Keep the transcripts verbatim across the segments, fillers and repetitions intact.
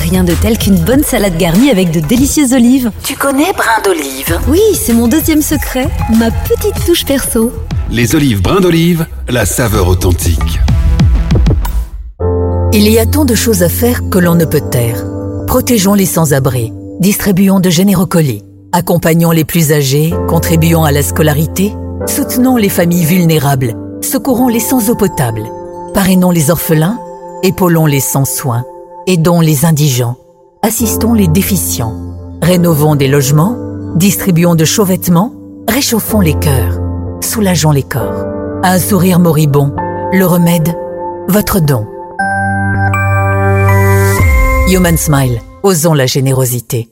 Rien de tel qu'une bonne salade garnie avec de délicieuses olives. Tu connais Brin d'Olive ? Oui, c'est mon deuxième secret, ma petite touche perso. Les olives Brin d'Olive, la saveur authentique. Il y a tant de choses à faire que l'on ne peut taire. Protégeons les sans-abri, distribuons de généreux colis, accompagnons les plus âgés, contribuons à la scolarité, soutenons les familles vulnérables, secourons les sans eau potable, parrainons les orphelins, épaulons les sans soins, aidons les indigents, assistons les déficients, rénovons des logements, distribuons de chauds vêtements, réchauffons les cœurs, soulageons les corps. Un sourire moribond, le remède, votre don. Human Smile, osons la générosité.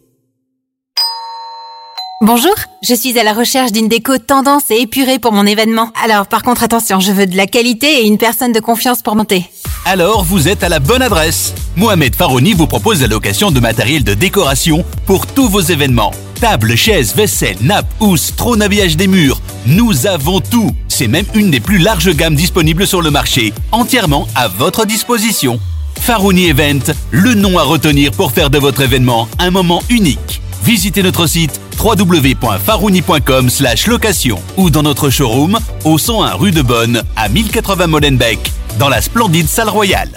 Bonjour, je suis à la recherche d'une déco tendance et épurée pour mon événement. Alors par contre attention, je veux de la qualité et une personne de confiance pour monter. Alors vous êtes à la bonne adresse. Mohamed Farouni vous propose la location de matériel de décoration pour tous vos événements. Tables, chaises, vaisselle, nappes, housses, trône habillage des murs. Nous avons tout. C'est même une des plus larges gammes disponibles sur le marché, entièrement à votre disposition. Farouni Event, le nom à retenir pour faire de votre événement un moment unique. Visitez notre site w w w point farouni point com slash location ou dans notre showroom au cent un rue de Bonne à mille quatre-vingts Molenbeek dans la splendide salle royale.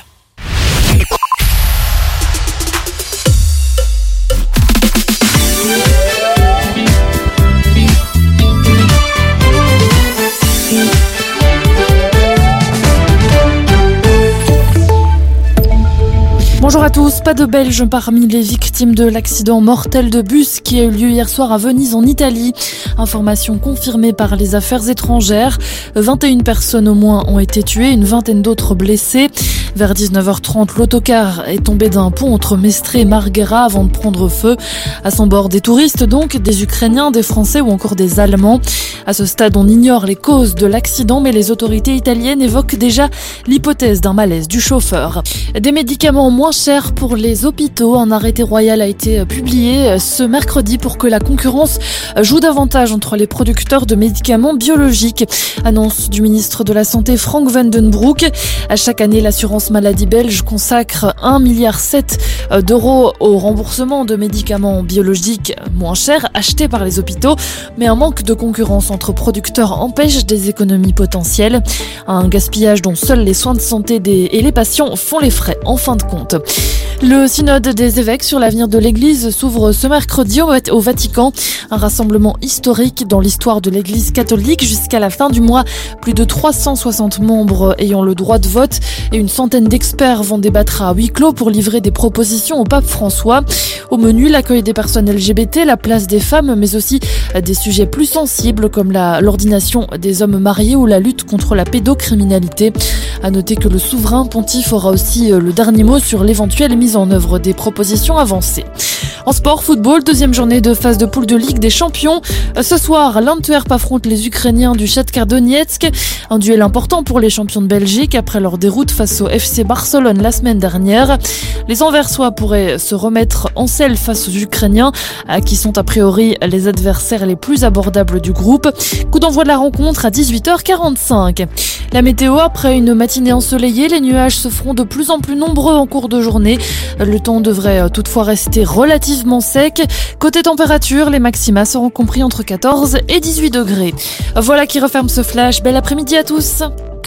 Bonjour à tous, pas de Belges parmi les victimes de l'accident mortel de bus qui a eu lieu hier soir à Venise en Italie. Information confirmée par les affaires étrangères. vingt et une personnes au moins ont été tuées, une vingtaine d'autres blessées. Vers dix-neuf heures trente, l'autocar est tombé d'un pont entre Mestre et Marghera avant de prendre feu. À son bord, des touristes donc, des Ukrainiens, des Français ou encore des Allemands. À ce stade, on ignore les causes de l'accident, mais les autorités italiennes évoquent déjà l'hypothèse d'un malaise du chauffeur. Des médicaments moins chers pour les hôpitaux. Un arrêté royal a été publié ce mercredi pour que la concurrence joue davantage entre les producteurs de médicaments biologiques. Annonce du ministre de la Santé Frank Vandenbroek. À chaque année, l'assurance maladie belge consacre un virgule sept milliard d'euros au remboursement de médicaments biologiques moins chers achetés par les hôpitaux. Mais un manque de concurrence entre producteurs empêche des économies potentielles. Un gaspillage dont seuls les soins de santé des... et les patients font les frais en fin de compte. Le synode des évêques sur l'avenir de l'Église s'ouvre ce mercredi au Vatican. Un rassemblement historique dans l'histoire de l'Église catholique. Jusqu'à la fin du mois, plus de trois cent soixante membres ayant le droit de vote et une centaine d'experts vont débattre à huis clos pour livrer des propositions au pape François. Au menu, l'accueil des personnes L G B T, la place des femmes, mais aussi des sujets plus sensibles comme la, l'ordination des hommes mariés ou la lutte contre la pédocriminalité. À noter que le souverain pontife aura aussi le dernier mot sur l'éventuelle mise en œuvre des propositions avancées. En sport, football, deuxième journée de phase de poule de Ligue des Champions. Ce soir, l'Antwerp affronte les Ukrainiens du Shakhtar Donetsk. Un duel important pour les champions de Belgique après leur déroute face au F C Barcelone la semaine dernière. Les Anversois pourraient se remettre en selle face aux Ukrainiens, qui sont a priori les adversaires les plus abordables du groupe. Coup d'envoi de la rencontre à dix-huit heures quarante-cinq. La météo, après une matinée ensoleillée, les nuages se feront de plus en plus nombreux en cours de journée. Le temps devrait toutefois rester relativement sec. Côté température, les maxima seront compris entre quatorze et dix-huit degrés. Voilà qui referme ce flash. Bel après-midi à tous.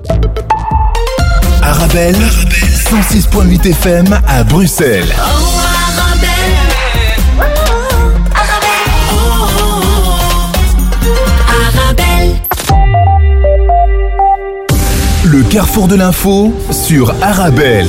Arabelle, cent six virgule huit F M à Bruxelles. Oh, Arabelle. Oh, Arabelle. Oh, Arabelle. Le carrefour de l'info sur Arabelle.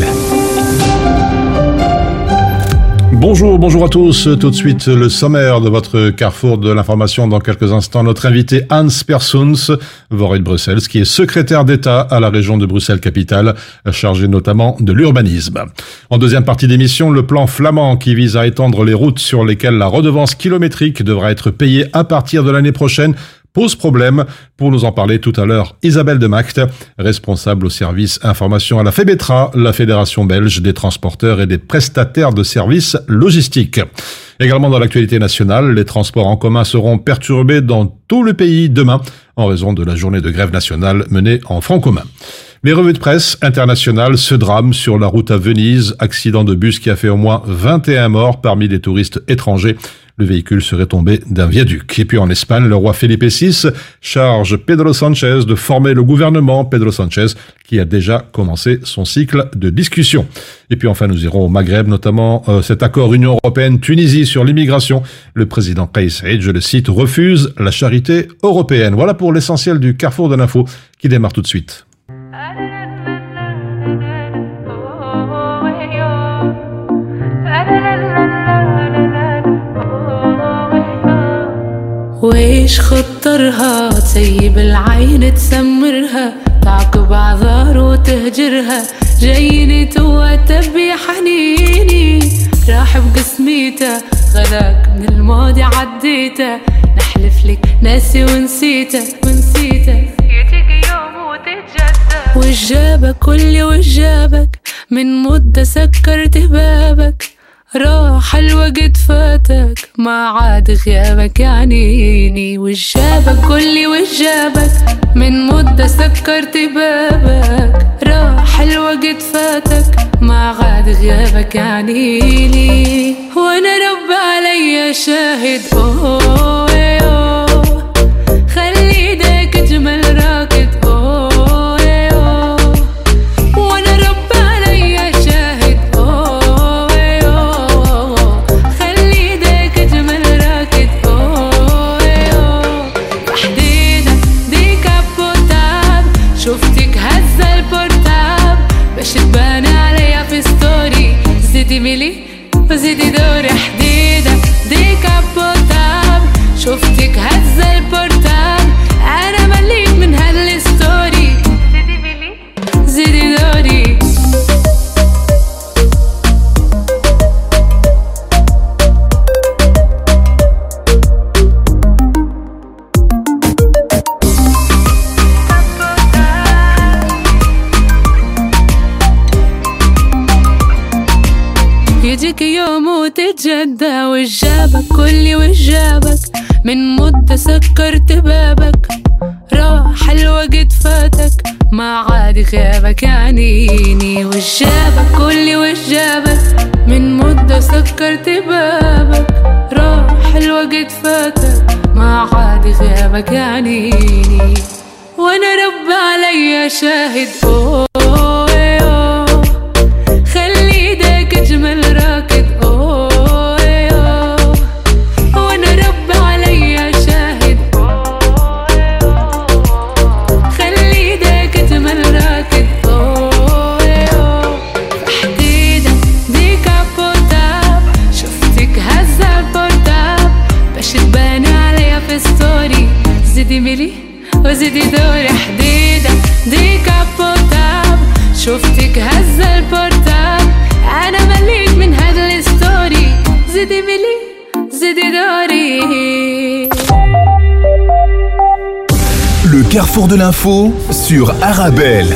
Bonjour, bonjour à tous. Tout de suite, le sommaire de votre carrefour de l'information. Dans quelques instants, notre invité Hans Persons, Voré de Bruxelles, qui est secrétaire d'État à la région de Bruxelles-Capitale, chargé notamment de l'urbanisme. En deuxième partie d'émission, le plan flamand qui vise à étendre les routes sur lesquelles la redevance kilométrique devra être payée à partir de l'année prochaine pose problème. Pour nous en parler tout à l'heure, Isabelle de Macht, responsable au service information à la FEBETRA, la Fédération belge des transporteurs et des prestataires de services logistiques. Également dans l'actualité nationale, les transports en commun seront perturbés dans tout le pays demain en raison de la journée de grève nationale menée en front commun. Les revues de presse internationales, ce drame sur la route à Venise, accident de bus qui a fait au moins vingt et un morts parmi les touristes étrangers. Le véhicule serait tombé d'un viaduc. Et puis en Espagne, le roi Felipe six charge Pedro Sánchez de former le gouvernement. Pedro Sánchez qui a déjà commencé son cycle de discussion. Et puis enfin, nous irons au Maghreb, notamment euh, cet accord Union européenne-Tunisie sur l'immigration. Le président Kais Saied, je le cite, refuse la charité européenne. Voilà pour l'essentiel du Carrefour de l'info qui démarre tout de suite. ويش خطرها تسيب العين تسمرها تعقب عذار وتهجرها جايني توا تبي حنيني راح بقسميته غلاك من الماضي عديته نحلف لك ناسي ونسيته ونسيته يجيك يوم وتتجدد وجابك واللي وجابك من مدة سكرت بابك راح الوقت فاتك ما عاد غيابك يعنيني وجابك واللي وجابك من مدة سكرت بابك راح الوقت فاتك ما عاد غيابك يعنيني وانا رب علي شاهد اوه اوه خلي ايدك اجمل راكد اوه شبان عليا في ستوري زيدي ميلي وزيدي دوري حديدة دي كابوتاب شفتك هزة البورتاب أنا مليت من هالستوري زيدي ميلي زيدي دوري يجيك يوم وتتجدى وجابك كلي وجابك من مدة سكرت بابك راح الوقت فاتك ما عاد غيابك يعنيني وجابك كلي وجابك من مدة سكرت بابك راح الوقت فاتك ما عاد غيابك يعنيني وانا رب علي شاهد اوه اوه خلي ايدك اجمل راكد اوه اوه وانا رب علي شاهد اوه اوه خلي ايدك اجمل راكد اوه اوه حديدة دي كابوتاب شفتك هزة البورتاب باش تبان عليا في ستوري زيدي ميلي وزيدي دوري حديدة دي كابوتاب شفتك هزة البورتاب أنا مليت من هذا الستوري زيدي ملي زيدي دوري. Le Carrefour de l'info sur Arabelle.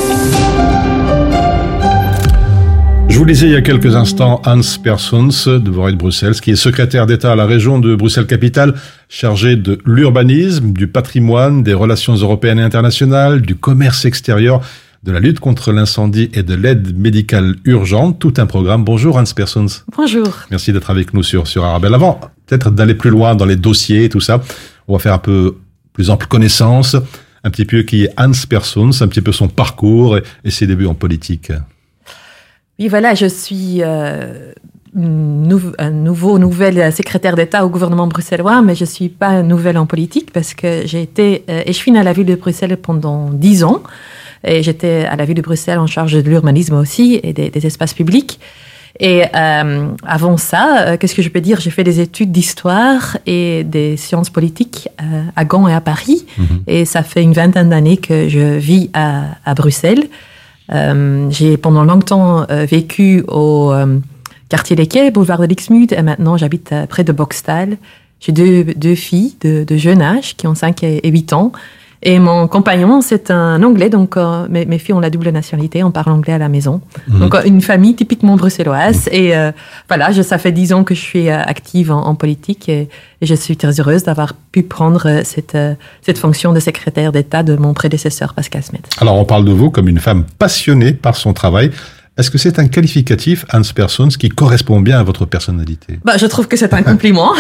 Je vous lisais il y a quelques instants Hans Persons de Voreille de Bruxelles, qui est secrétaire d'État à la région de Bruxelles-Capitale, chargé de l'urbanisme, du patrimoine, des relations européennes et internationales, du commerce extérieur, de la lutte contre l'incendie et de l'aide médicale urgente. Tout un programme. Bonjour Hans Persons. Bonjour. Merci d'être avec nous sur, sur Arabelle. Avant, peut-être d'aller plus loin dans les dossiers et tout ça, on va faire un peu plus ample connaissance, un petit peu qui est Hans Persons, un petit peu son parcours et, et ses débuts en politique. Oui, voilà, je suis euh, nou- un nouveau, nouvelle secrétaire d'État au gouvernement bruxellois, mais je ne suis pas nouvelle en politique parce que j'ai été euh, échevine à la ville de Bruxelles pendant dix ans. Et j'étais à la ville de Bruxelles en charge de l'urbanisme aussi et des, des espaces publics. Et euh, avant ça, euh, qu'est-ce que je peux dire ? J'ai fait des études d'histoire et des sciences politiques euh, à Gand et à Paris. Mmh. Et ça fait une vingtaine d'années que je vis à, à Bruxelles. Euh, j'ai pendant longtemps euh, vécu au euh, quartier des Quais, boulevard de Lixmude, et maintenant j'habite euh, près de Boxtal. J'ai deux, deux filles de, de jeune âge qui ont cinq et huit ans. Et mon compagnon, c'est un Anglais, donc euh, mes, mes filles ont la double nationalité, on parle anglais à la maison. Mmh. Donc euh, une famille typiquement bruxelloise. Mmh. Et euh, voilà, je, ça fait dix ans que je suis euh, active en, en politique et, et je suis très heureuse d'avoir pu prendre cette, euh, cette fonction de secrétaire d'État de mon prédécesseur Pascal Smet. Alors on parle de vous comme une femme passionnée par son travail. Est-ce que c'est un qualificatif, Hans Persons, qui correspond bien à votre personnalité? Bah, je trouve que c'est un compliment.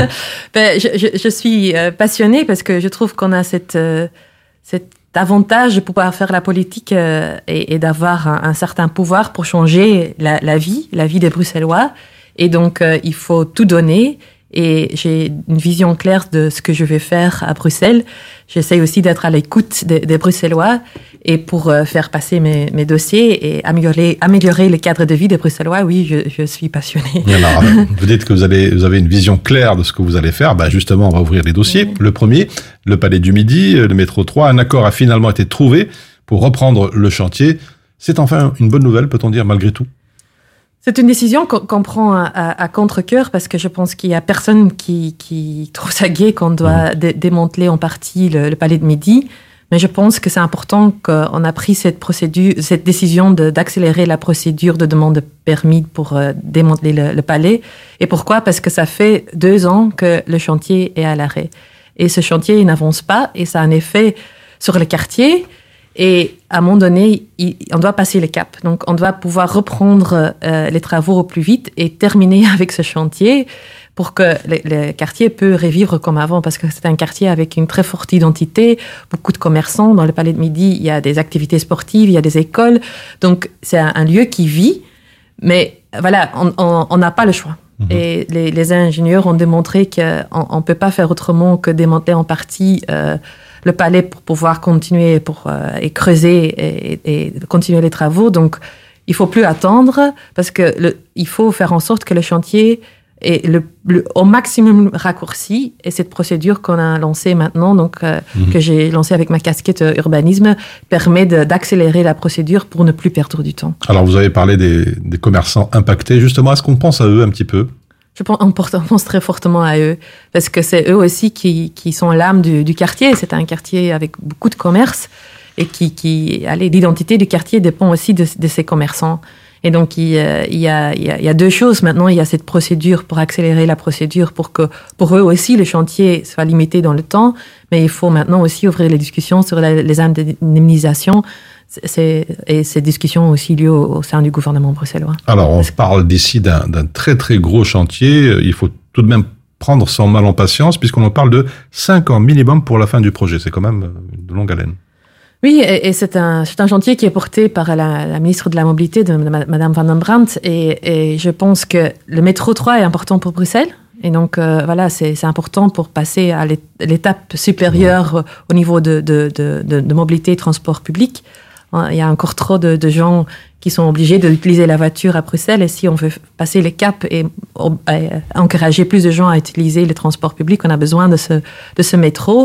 ben, je, je, je suis euh, passionnée parce que je trouve qu'on a cette, euh, cet avantage de pouvoir faire la politique euh, et, et d'avoir un, un certain pouvoir pour changer la, la vie, la vie des Bruxellois. Et donc, euh, il faut tout donner. Et j'ai une vision claire de ce que je vais faire à Bruxelles. J'essaie aussi d'être à l'écoute des, des Bruxellois et pour euh, faire passer mes, mes dossiers et améliorer, améliorer le cadre de vie des Bruxellois. Oui, je, je suis passionnée. Et alors, vous dites que vous, allez, vous avez une vision claire de ce que vous allez faire. Ben justement, on va ouvrir les dossiers. Mmh. Le premier, le Palais du Midi, le métro trois. Un accord a finalement été trouvé pour reprendre le chantier. C'est enfin une bonne nouvelle, peut-on dire, malgré tout? C'est une décision qu'on, qu'on prend à, à, à contre-cœur parce que je pense qu'il y a personne qui, qui trouve ça gai qu'on doit dé- démanteler en partie le, le Palais de Midi. Mais je pense que c'est important qu'on a pris cette procédure, cette décision de, d'accélérer la procédure de demande de permis pour euh, démanteler le, le palais. Et pourquoi? Parce que ça fait deux ans que le chantier est à l'arrêt. Et ce chantier, il n'avance pas et ça a un effet sur le quartier. Et à un moment donné, il, on doit passer le cap. Donc, on doit pouvoir reprendre euh, les travaux au plus vite et terminer avec ce chantier pour que le, le quartier peut revivre comme avant. Parce que c'est un quartier avec une très forte identité, beaucoup de commerçants. Dans le Palais de Midi, il y a des activités sportives, il y a des écoles. Donc, c'est un, un lieu qui vit. Mais voilà, on n'a pas le choix. Mmh. Et les, les ingénieurs ont démontré qu'on ne peut pas faire autrement que démanteler en partie euh, le palais pour pouvoir continuer pour, euh, et creuser et, et continuer les travaux. Donc, il ne faut plus attendre parce que le, il faut faire en sorte que le chantier est le, le, au maximum raccourci. Et cette procédure qu'on a lancée maintenant, donc, euh, mmh. que j'ai lancée avec ma casquette euh, urbanisme, permet de, d'accélérer la procédure pour ne plus perdre du temps. Alors, vous avez parlé des, des commerçants impactés. Justement, est-ce qu'on pense à eux un petit peu? Je pense, on pense très fortement à eux, parce que c'est eux aussi qui, qui sont l'âme du, du quartier. C'est un quartier avec beaucoup de commerce, et qui, qui allez, l'identité du quartier dépend aussi de, de ces commerçants. Et donc, il, euh, il, y a, il, y a, il y a deux choses. Maintenant, il y a cette procédure pour accélérer la procédure, pour que pour eux aussi, le chantier soit limité dans le temps. Mais il faut maintenant aussi ouvrir les discussions sur la, les indemnisations. C'est, et ces discussions ont aussi lieu au, au sein du gouvernement bruxellois. Alors, on parle d'ici d'un, d'un très très gros chantier. Il faut tout de même prendre son mal en patience, puisqu'on en parle de cinq ans minimum pour la fin du projet. C'est quand même de longue haleine. Oui, et, et c'est, un, c'est un chantier qui est porté par la, la ministre de la Mobilité, de Madame Van den Brandt, et, et je pense que le métro trois est important pour Bruxelles. Et donc, euh, voilà, c'est, c'est important pour passer à l'étape supérieure ouais. au niveau de, de, de, de, de mobilité et transport public. Il y a encore trop de, de gens qui sont obligés d'utiliser la voiture à Bruxelles. Et si on veut passer le cap et, et encourager plus de gens à utiliser le transport public, on a besoin de ce, de ce métro.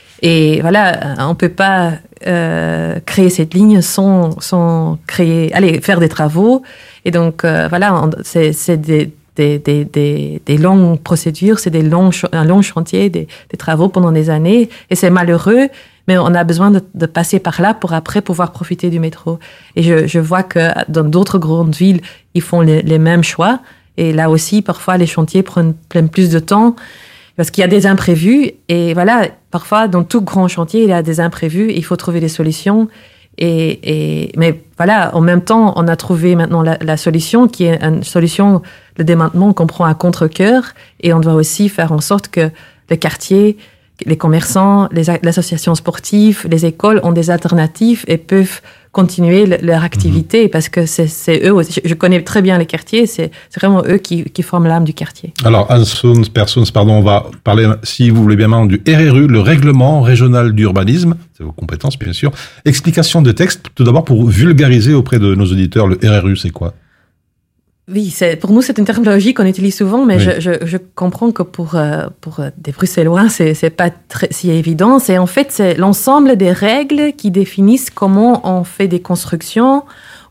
Et voilà, on ne peut pas euh, créer cette ligne sans, sans créer, allez, faire des travaux. Et donc, euh, voilà, on, c'est, c'est des, des, des, des, des longues procédures, c'est des longs, un long chantier, des, des travaux pendant des années. Et c'est malheureux. Mais on a besoin de, de passer par là pour après pouvoir profiter du métro. Et je, je vois que dans d'autres grandes villes, ils font les, les mêmes choix. Et là aussi, parfois, les chantiers prennent, prennent plus de temps parce qu'il y a des imprévus. Et voilà, parfois, dans tout grand chantier, il y a des imprévus. Il faut trouver des solutions. Et, et, mais voilà, en même temps, on a trouvé maintenant la, la solution qui est une solution, le démantèlement qu'on prend à contre-cœur. Et on doit aussi faire en sorte que le quartier, les commerçants, les associations sportives, les écoles ont des alternatives et peuvent continuer le, leur activité mmh. parce que c'est, c'est eux aussi. Je connais très bien les quartiers, c'est, c'est vraiment eux qui, qui forment l'âme du quartier. Alors, Hans Persons, pardon, on va parler, si vous voulez bien, du R R U, le Règlement Régional d'Urbanisme. C'est vos compétences, bien sûr. Explication de texte, tout d'abord pour vulgariser auprès de nos auditeurs, le R R U, c'est quoi? Oui, c'est, pour nous, c'est une terminologie qu'on utilise souvent, mais oui. je, je, je comprends que pour, euh, pour des Bruxellois, c'est, c'est pas très, si évident. C'est en fait c'est l'ensemble des règles qui définissent comment on fait des constructions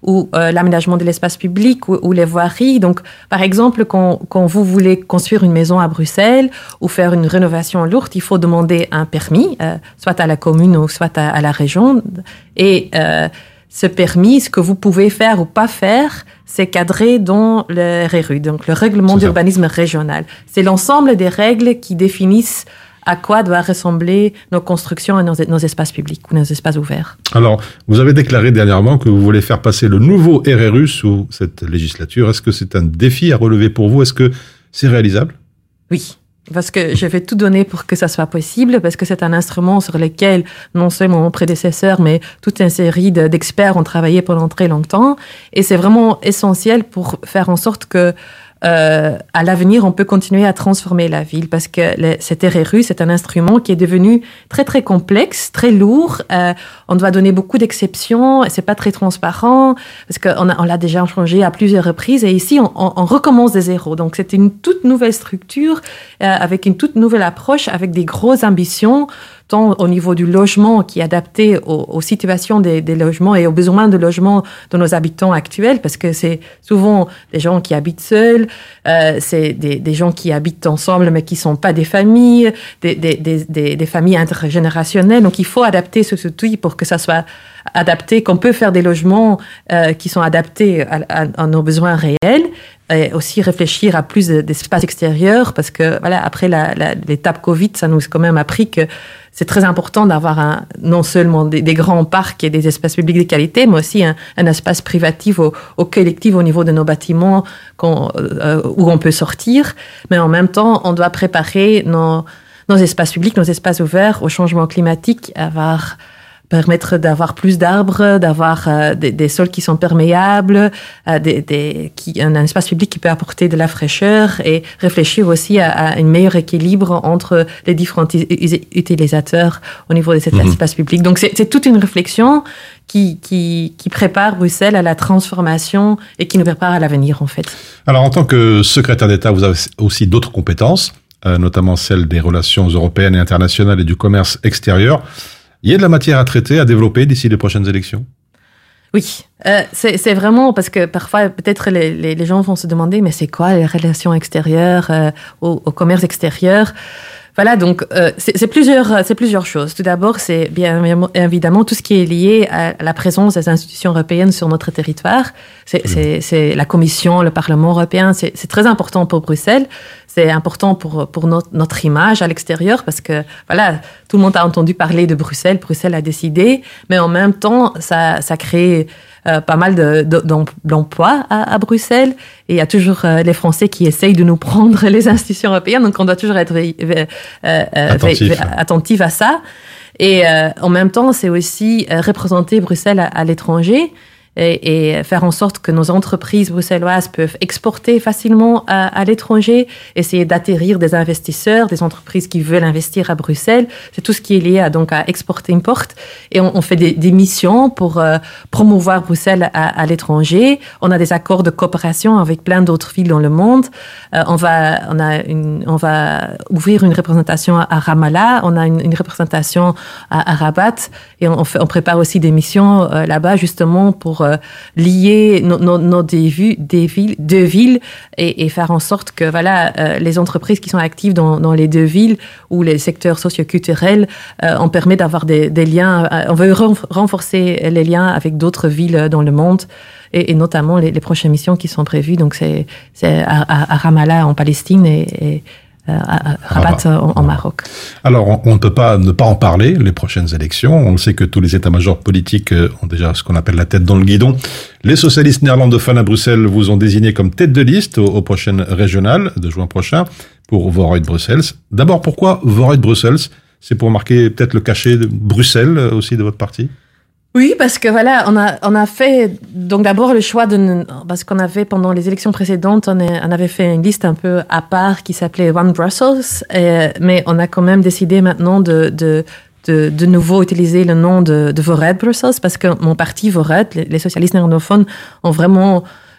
ou euh, l'aménagement de l'espace public ou, ou les voiries. Donc, par exemple, quand, quand vous voulez construire une maison à Bruxelles ou faire une rénovation lourde, il faut demander un permis, euh, soit à la commune ou soit à, à la région. Et euh, ce permis, ce que vous pouvez faire ou pas faire, c'est cadré dans le R R U, donc le règlement d'urbanisme régional. C'est l'ensemble des règles qui définissent à quoi doivent ressembler nos constructions et nos, nos espaces publics ou nos espaces ouverts. Alors, vous avez déclaré dernièrement que vous voulez faire passer le nouveau R R U sous cette législature. Est-ce que c'est un défi à relever pour vous? Est-ce que c'est réalisable? Oui. Parce que je vais tout donner pour que ça soit possible, parce que c'est un instrument sur lequel non seulement mon prédécesseur, mais toute une série de, d'experts ont travaillé pendant très longtemps. Et c'est vraiment essentiel pour faire en sorte que Euh, à l'avenir, on peut continuer à transformer la ville parce que le, cet R R U, c'est un instrument qui est devenu très, très complexe, très lourd. Euh, on doit donner beaucoup d'exceptions. C'est pas très transparent parce qu'on a, on l'a déjà changé à plusieurs reprises. Et ici, on, on, on recommence de zéro. Donc, c'est une toute nouvelle structure euh, avec une toute nouvelle approche, avec des grosses ambitions, tant au niveau du logement qui est adapté aux, aux situations des, des logements et aux besoins de logement de nos habitants actuels, parce que c'est souvent des gens qui habitent seuls, euh, c'est des, des gens qui habitent ensemble mais qui sont pas des familles, des, des, des, des, des familles intergénérationnelles. Donc il faut adapter ce outil pour que ça soit adapté, qu'on peut faire des logements euh, qui sont adaptés à, à, à nos besoins réels. Et aussi réfléchir à plus d'espaces extérieurs parce que voilà, après la, la, l'étape Covid, ça nous a quand même appris que c'est très important d'avoir un, non seulement des, des grands parcs et des espaces publics de qualité, mais aussi un, un espace privatif au, au collectif au niveau de nos bâtiments qu'on, euh, où on peut sortir. Mais en même temps, on doit préparer nos, nos espaces publics, nos espaces ouverts au changement climatique, avoir permettre d'avoir plus d'arbres, d'avoir euh, des, des sols qui sont perméables, euh, des, des, qui, un, un espace public qui peut apporter de la fraîcheur et réfléchir aussi à, à un meilleur équilibre entre les différents utilisateurs au niveau de cet mmh. espace public. Donc c'est, c'est toute une réflexion qui, qui, qui prépare Bruxelles à la transformation et qui nous prépare à l'avenir en fait. Alors en tant que secrétaire d'État, vous avez aussi d'autres compétences, euh, notamment celles des relations européennes et internationales et du commerce extérieur. Il y a de la matière à traiter, à développer d'ici les prochaines élections? Oui, euh, c'est, c'est vraiment parce que parfois peut-être les, les, les gens vont se demander mais c'est quoi les relations extérieures euh, au, au commerce extérieur? Voilà, donc euh, c'est, c'est plusieurs, c'est plusieurs choses. Tout d'abord, c'est bien évidemment tout ce qui est lié à la présence des institutions européennes sur notre territoire. C'est, mmh. c'est, c'est la Commission, le Parlement européen. C'est, c'est très important pour Bruxelles. C'est important pour pour notre, notre image à l'extérieur parce que voilà, tout le monde a entendu parler de Bruxelles. Bruxelles a décidé, mais en même temps, ça ça crée Euh, pas mal de, de, d'emplois à, à Bruxelles. Et il y a toujours euh, les Français qui essayent de nous prendre les institutions européennes. Donc, on doit toujours être euh, euh, attentif. Euh, attentif à ça. Et euh, en même temps, c'est aussi euh, représenter Bruxelles à, à l'étranger et, et faire en sorte que nos entreprises bruxelloises peuvent exporter facilement à, à l'étranger, essayer d'atterrir des investisseurs, des entreprises qui veulent investir à Bruxelles. C'est tout ce qui est lié à, donc, à export-import. Et on, on fait des, des missions pour euh, promouvoir Bruxelles à, à l'étranger. On a des accords de coopération avec plein d'autres villes dans le monde. Euh, on va, on a une, on va ouvrir une représentation à Ramallah. On a une, une représentation à, à Rabat. Et on, fait, on prépare aussi des missions euh, là-bas, justement, pour euh, lier nos, nos, nos des, vues, des villes, deux villes et, et faire en sorte que voilà, euh, les entreprises qui sont actives dans, dans les deux villes ou les secteurs socioculturels, euh, on permet d'avoir des, des liens. Euh, on veut renforcer les liens avec d'autres villes dans le monde. Et, et notamment les, les prochaines missions qui sont prévues. Donc, c'est, c'est à, à, à Ramallah en Palestine et, et à, à Rabat ah bah. en, en Maroc. Alors, on, on ne peut pas ne pas en parler, les prochaines élections. On sait que tous les états-majors politiques ont déjà ce qu'on appelle la tête dans le guidon. Les socialistes néerlandophones à Bruxelles vous ont désigné comme tête de liste aux, aux prochaines régionales de juin prochain pour Vooruit Brussels. D'abord, pourquoi Vooruit Brussels? C'est pour marquer peut-être le cachet de Bruxelles aussi de votre parti? Oui, parce que voilà, on a on a fait donc d'abord le choix de parce qu'on avait pendant les élections précédentes, on, est, on avait fait une liste un peu à part qui s'appelait One Brussels, et, mais on a quand même décidé maintenant de de de, de nouveau utiliser le nom de, de Vooruit Brussels parce que mon parti Vooruit, les, les socialistes néerlandophones, ont vraiment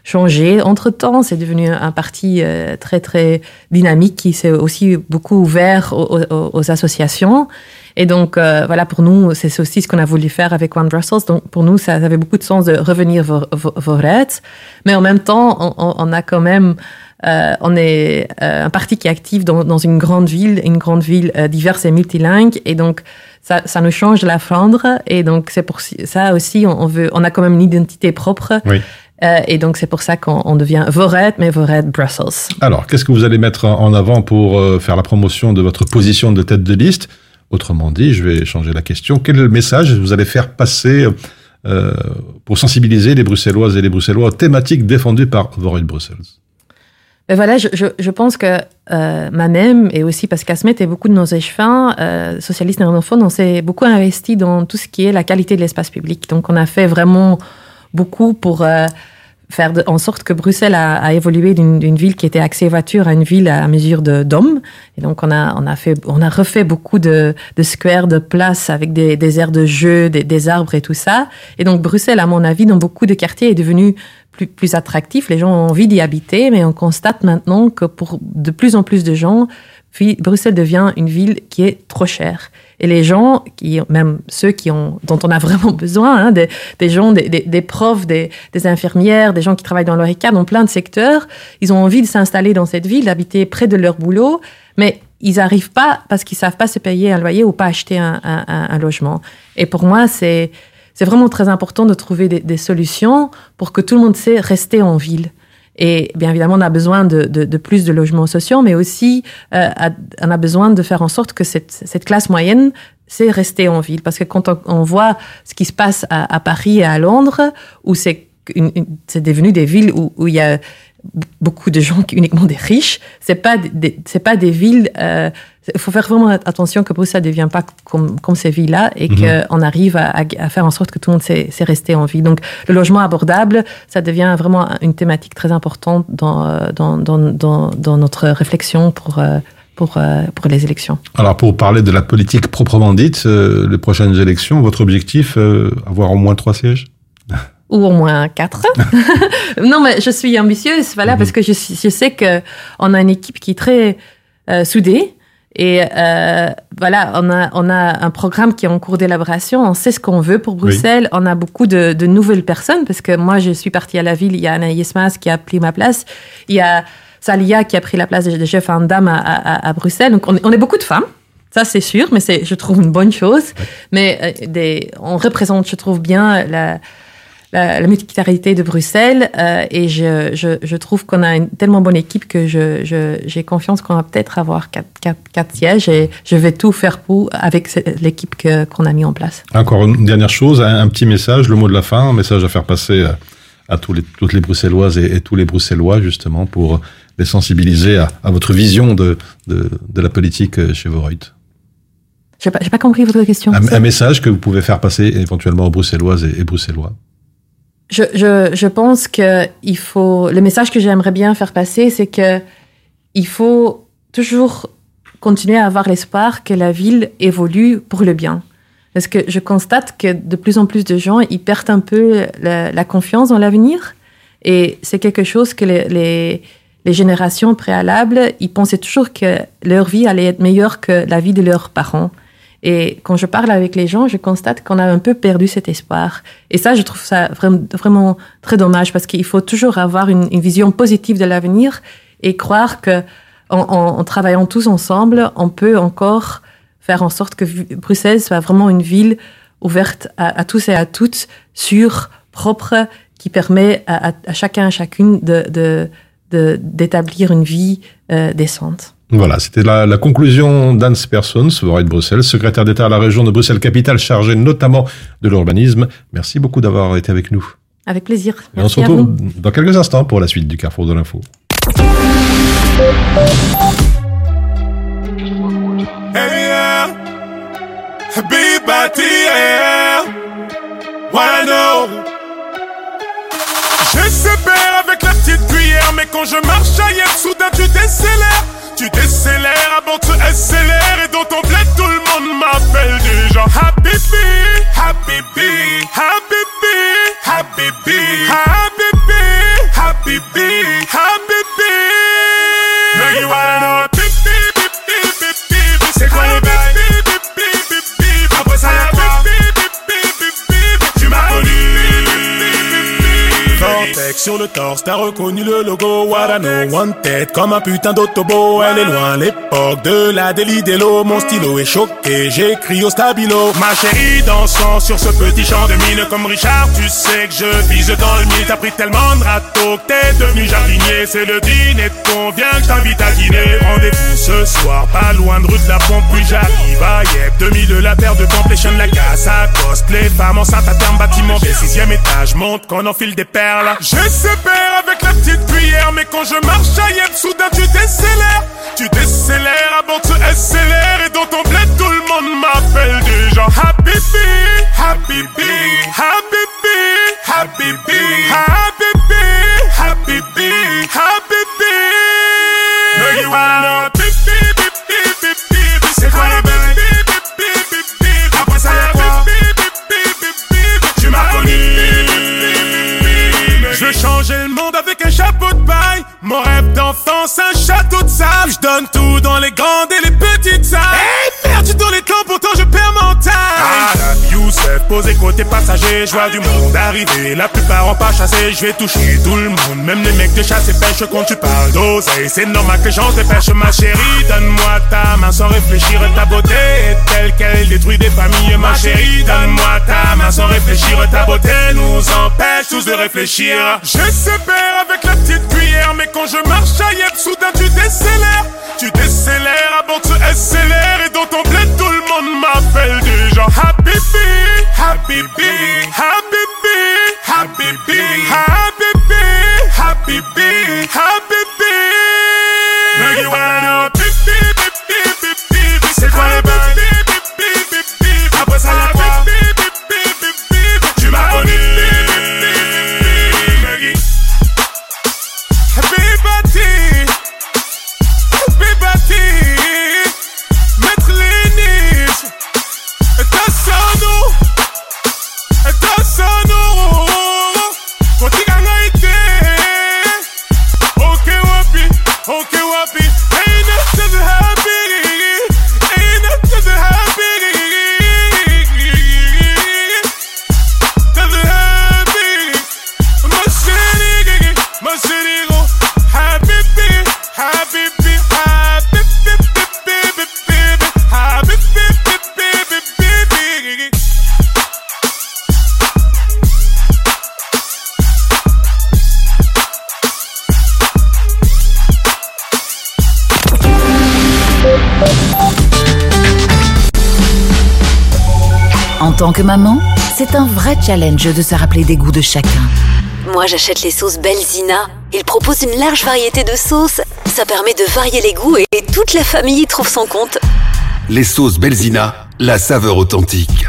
changé entre-temps. C'est devenu un parti euh, très, très dynamique qui s'est aussi beaucoup ouvert aux, aux, aux associations. Et donc, euh, voilà, pour nous, c'est aussi ce qu'on a voulu faire avec One Brussels. Donc, pour nous, ça avait beaucoup de sens de revenir vooruit. Mais en même temps, on, on a quand même... Euh, on est euh, un parti qui est actif dans, dans une grande ville, une grande ville euh, diverse et multilingue. Et donc, ça, ça nous change la Flandre. Et donc, c'est pour ça aussi, on, on, veut, on a quand même une identité propre. Oui. Euh, et donc, c'est pour ça qu'on on devient vooruit, mais vooruit Brussels. Alors, qu'est-ce que vous allez mettre en avant pour euh, faire la promotion de votre position de tête de liste ? Autrement dit, je vais changer la question. Quel est le message que vous allez faire passer euh, pour sensibiliser les Bruxelloises et les Bruxellois aux thématiques défendues par Vooruit Brussels ? Et voilà, je, je, je pense que euh, Manem et aussi Pascal Smet et beaucoup de nos échevins euh, socialistes néerlandophones, on s'est beaucoup investi dans tout ce qui est la qualité de l'espace public. Donc, on a fait vraiment beaucoup pour euh, faire de, en sorte que Bruxelles a, a évolué d'une, d'une ville qui était axée voiture à une ville à mesure de, d'hommes. Et donc, on a, on a fait, on a refait beaucoup de, de squares, de places avec des, des aires de jeu, des, des arbres et tout ça. Et donc, Bruxelles, à mon avis, dans beaucoup de quartiers, est devenue plus, plus attractif. Les gens ont envie d'y habiter, mais on constate maintenant que pour de plus en plus de gens, Bruxelles devient une ville qui est trop chère. Et les gens, qui, même ceux qui ont, dont on a vraiment besoin, hein, des, des gens, des, des, des profs, des, des infirmières, des gens qui travaillent dans l'ORECA, dans plein de secteurs, ils ont envie de s'installer dans cette ville, d'habiter près de leur boulot, mais ils n'arrivent pas parce qu'ils ne savent pas se payer un loyer ou pas acheter un, un, un, un logement. Et pour moi, c'est, c'est vraiment très important de trouver des, des solutions pour que tout le monde sait rester en ville. Et bien évidemment, on a besoin de, de, de plus de logements sociaux, mais aussi euh, on a besoin de faire en sorte que cette, cette classe moyenne sait rester en ville. Parce que quand on, on voit ce qui se passe à, à Paris et à Londres, où c'est, une, une, c'est devenu des villes où, où il y a beaucoup de gens, uniquement des riches, c'est pas des, c'est pas des villes... Euh, il faut faire vraiment attention que Bruxelles ne devienne pas comme, comme ces villes-là et mmh. qu'on arrive à, à faire en sorte que tout le monde sait, sait rester en vie. Donc, le logement abordable, ça devient vraiment une thématique très importante dans, dans, dans, dans, dans notre réflexion pour, pour, pour les élections. Alors, pour parler de la politique proprement dite, euh, les prochaines élections, votre objectif, euh, avoir au moins trois sièges ? Ou au moins quatre. Non, mais je suis ambitieuse, voilà, mmh. parce que je, je sais qu'on a une équipe qui est très euh, soudée. Et euh, voilà, on a, on a un programme qui est en cours d'élaboration. On sait ce qu'on veut pour Bruxelles. Oui. On a beaucoup de, de nouvelles personnes parce que moi, je suis partie à la ville. Il y a Anaïs Mas qui a pris ma place. Il y a Salia qui a pris la place de chef en dame à, à, à Bruxelles. Donc, on est, on est beaucoup de femmes. Ça, c'est sûr, mais c'est, je trouve, une bonne chose. Oui. Mais euh, des, on représente, je trouve, bien la... la, la multiculturalité de Bruxelles euh, et je, je, je trouve qu'on a une tellement bonne équipe que je, je, j'ai confiance qu'on va peut-être avoir quatre, quatre, quatre sièges et je vais tout faire pour avec l'équipe que, qu'on a mis en place. Encore une dernière chose, un, un petit message, le mot de la fin, un message à faire passer à, à tous les, toutes les Bruxelloises et, et tous les Bruxellois justement pour les sensibiliser à, à votre vision de, de, de la politique chez Vooruit. Je n'ai pas, j'ai pas compris votre question. Un, un message que vous pouvez faire passer éventuellement aux Bruxelloises et, et Bruxellois. Je, je, je pense que il faut, le message que j'aimerais bien faire passer, c'est que il faut toujours continuer à avoir l'espoir que la ville évolue pour le bien. Parce que je constate que de plus en plus de gens, ils perdent un peu la, la confiance dans l'avenir. Et c'est quelque chose que les, les, les générations préalables, ils pensaient toujours que leur vie allait être meilleure que la vie de leurs parents. Et quand je parle avec les gens, je constate qu'on a un peu perdu cet espoir. Et ça, je trouve ça vraiment, vraiment très dommage parce qu'il faut toujours avoir une, une vision positive de l'avenir et croire que en, en, en travaillant tous ensemble, on peut encore faire en sorte que Bruxelles soit vraiment une ville ouverte à, à tous et à toutes, sûre, propre, qui permet à, à, à chacun et chacune de, de, de, d'établir une vie euh, décente. Voilà, c'était la, la conclusion d'Hans Persons, Vooruit Bruxelles, secrétaire d'État à la région de Bruxelles-Capitale, chargé notamment de l'urbanisme. Merci beaucoup d'avoir été avec nous. Avec plaisir. Et on se retrouve dans quelques instants pour la suite du Carrefour de l'Info. Hey, yeah. Habibati, yeah. Wanna know. Je sépare avec la petite cuillère, mais quand je marche ailleurs, soudain tu décélères. Tu décélères avant de se S L R et dans ton bled tout le monde m'appelle déjà Habibi, Habibi, Habibi, Habibi, Habibi, Habibi. Girl, you wanna know bip bip bip bip bip bip. C'est quoi les bails? Bip bip bip bip bip. Après ça y'a quoi? Bip bip bip bip bip. Tu m'as connu. Vortex sur le torse, t'as reconnu le logo. What I know, one tête comme un putain d'autobo. Elle est loin l'époque de la délit d'Elo. Mon stylo est choqué, j'écris au stabilo. Ma chérie dansant sur ce petit champ de mine. Comme Richard, tu sais que je vise dans le mille. T'as pris tellement de râteaux que t'es devenu jardinier. C'est le dîner de con, viens que je t'invite à dîner. Rendez-vous ce soir, pas loin de rue de la Pompe. Puis j'arrive à Yep, deux mille la paire de complétion, la casse à cosplay. Femme enceinte à terme, bâtiment B, sixième étage. Monte qu'on enfile des perles. Je sépare avec la petite cuillère, mais quand je marche à Yep, soudain tu décélères. Tu décélères à bord de ce S L R. Et dans ton bled tout le monde m'appelle déjà Habibi, Habibi, Habibi, Habibi, Habibi, Habibi, Habibi. Girl, you wanna know bip bip bip bip bip bip. C'est quoi les bails? Bip bip bip bip bip. Après ça y'a quoi? Bip bip bip bip bip. Tu m'as connu. Je veux changer le monde avec un chapeau de paille. Mon rêve d'enfance, un château de sable. Je donne tout dans les grandes et les petites salles. Hey merde, tu dans les camps, pourtant je perds mon time. Ah, Youssef, posé côté passager. Je vois du monde arriver, la plupart ont pas chassé. Je vais toucher tout le monde, même les mecs de chasse et pêche. Quand tu parles d'oseille, c'est normal que les gens se dépêchent. Ma chérie, donne-moi ta main sans réfléchir. Ta beauté est telle qu'elle détruit des familles. Ma chérie, donne-moi ta main sans réfléchir. Ta beauté nous empêche tous de réfléchir. Je sépare avec la petite cuillère, mais quand je marche à Yep, soudain tu décélères. Tu décélères à bord de ce S L R. Et dans ton bled tout le monde m'appelle déjà Habibi, Habibi, Habibi, Habibi, Habibi, Habibi, Habibi. Girl, you wanna know bip bip bip bip bip bip. C'est quoi les bails? Bip bip bip bip bip. Après ça y'a quoi? Bip bip bip bip bip. Tu m'as connu. Habibati, Habibati, Maître Lénis, Tassano, Tassano, Kotika Naite, Ok Wapi, Ok Wapi, ain't nothing happy, ain't nothing happy, nothing happy, my city, my city. En tant que maman, c'est un vrai challenge de se rappeler des goûts de chacun. Moi, j'achète les sauces Belzina. Ils proposent une large variété de sauces. Ça permet de varier les goûts et toute la famille y trouve son compte. Les sauces Belzina, la saveur authentique.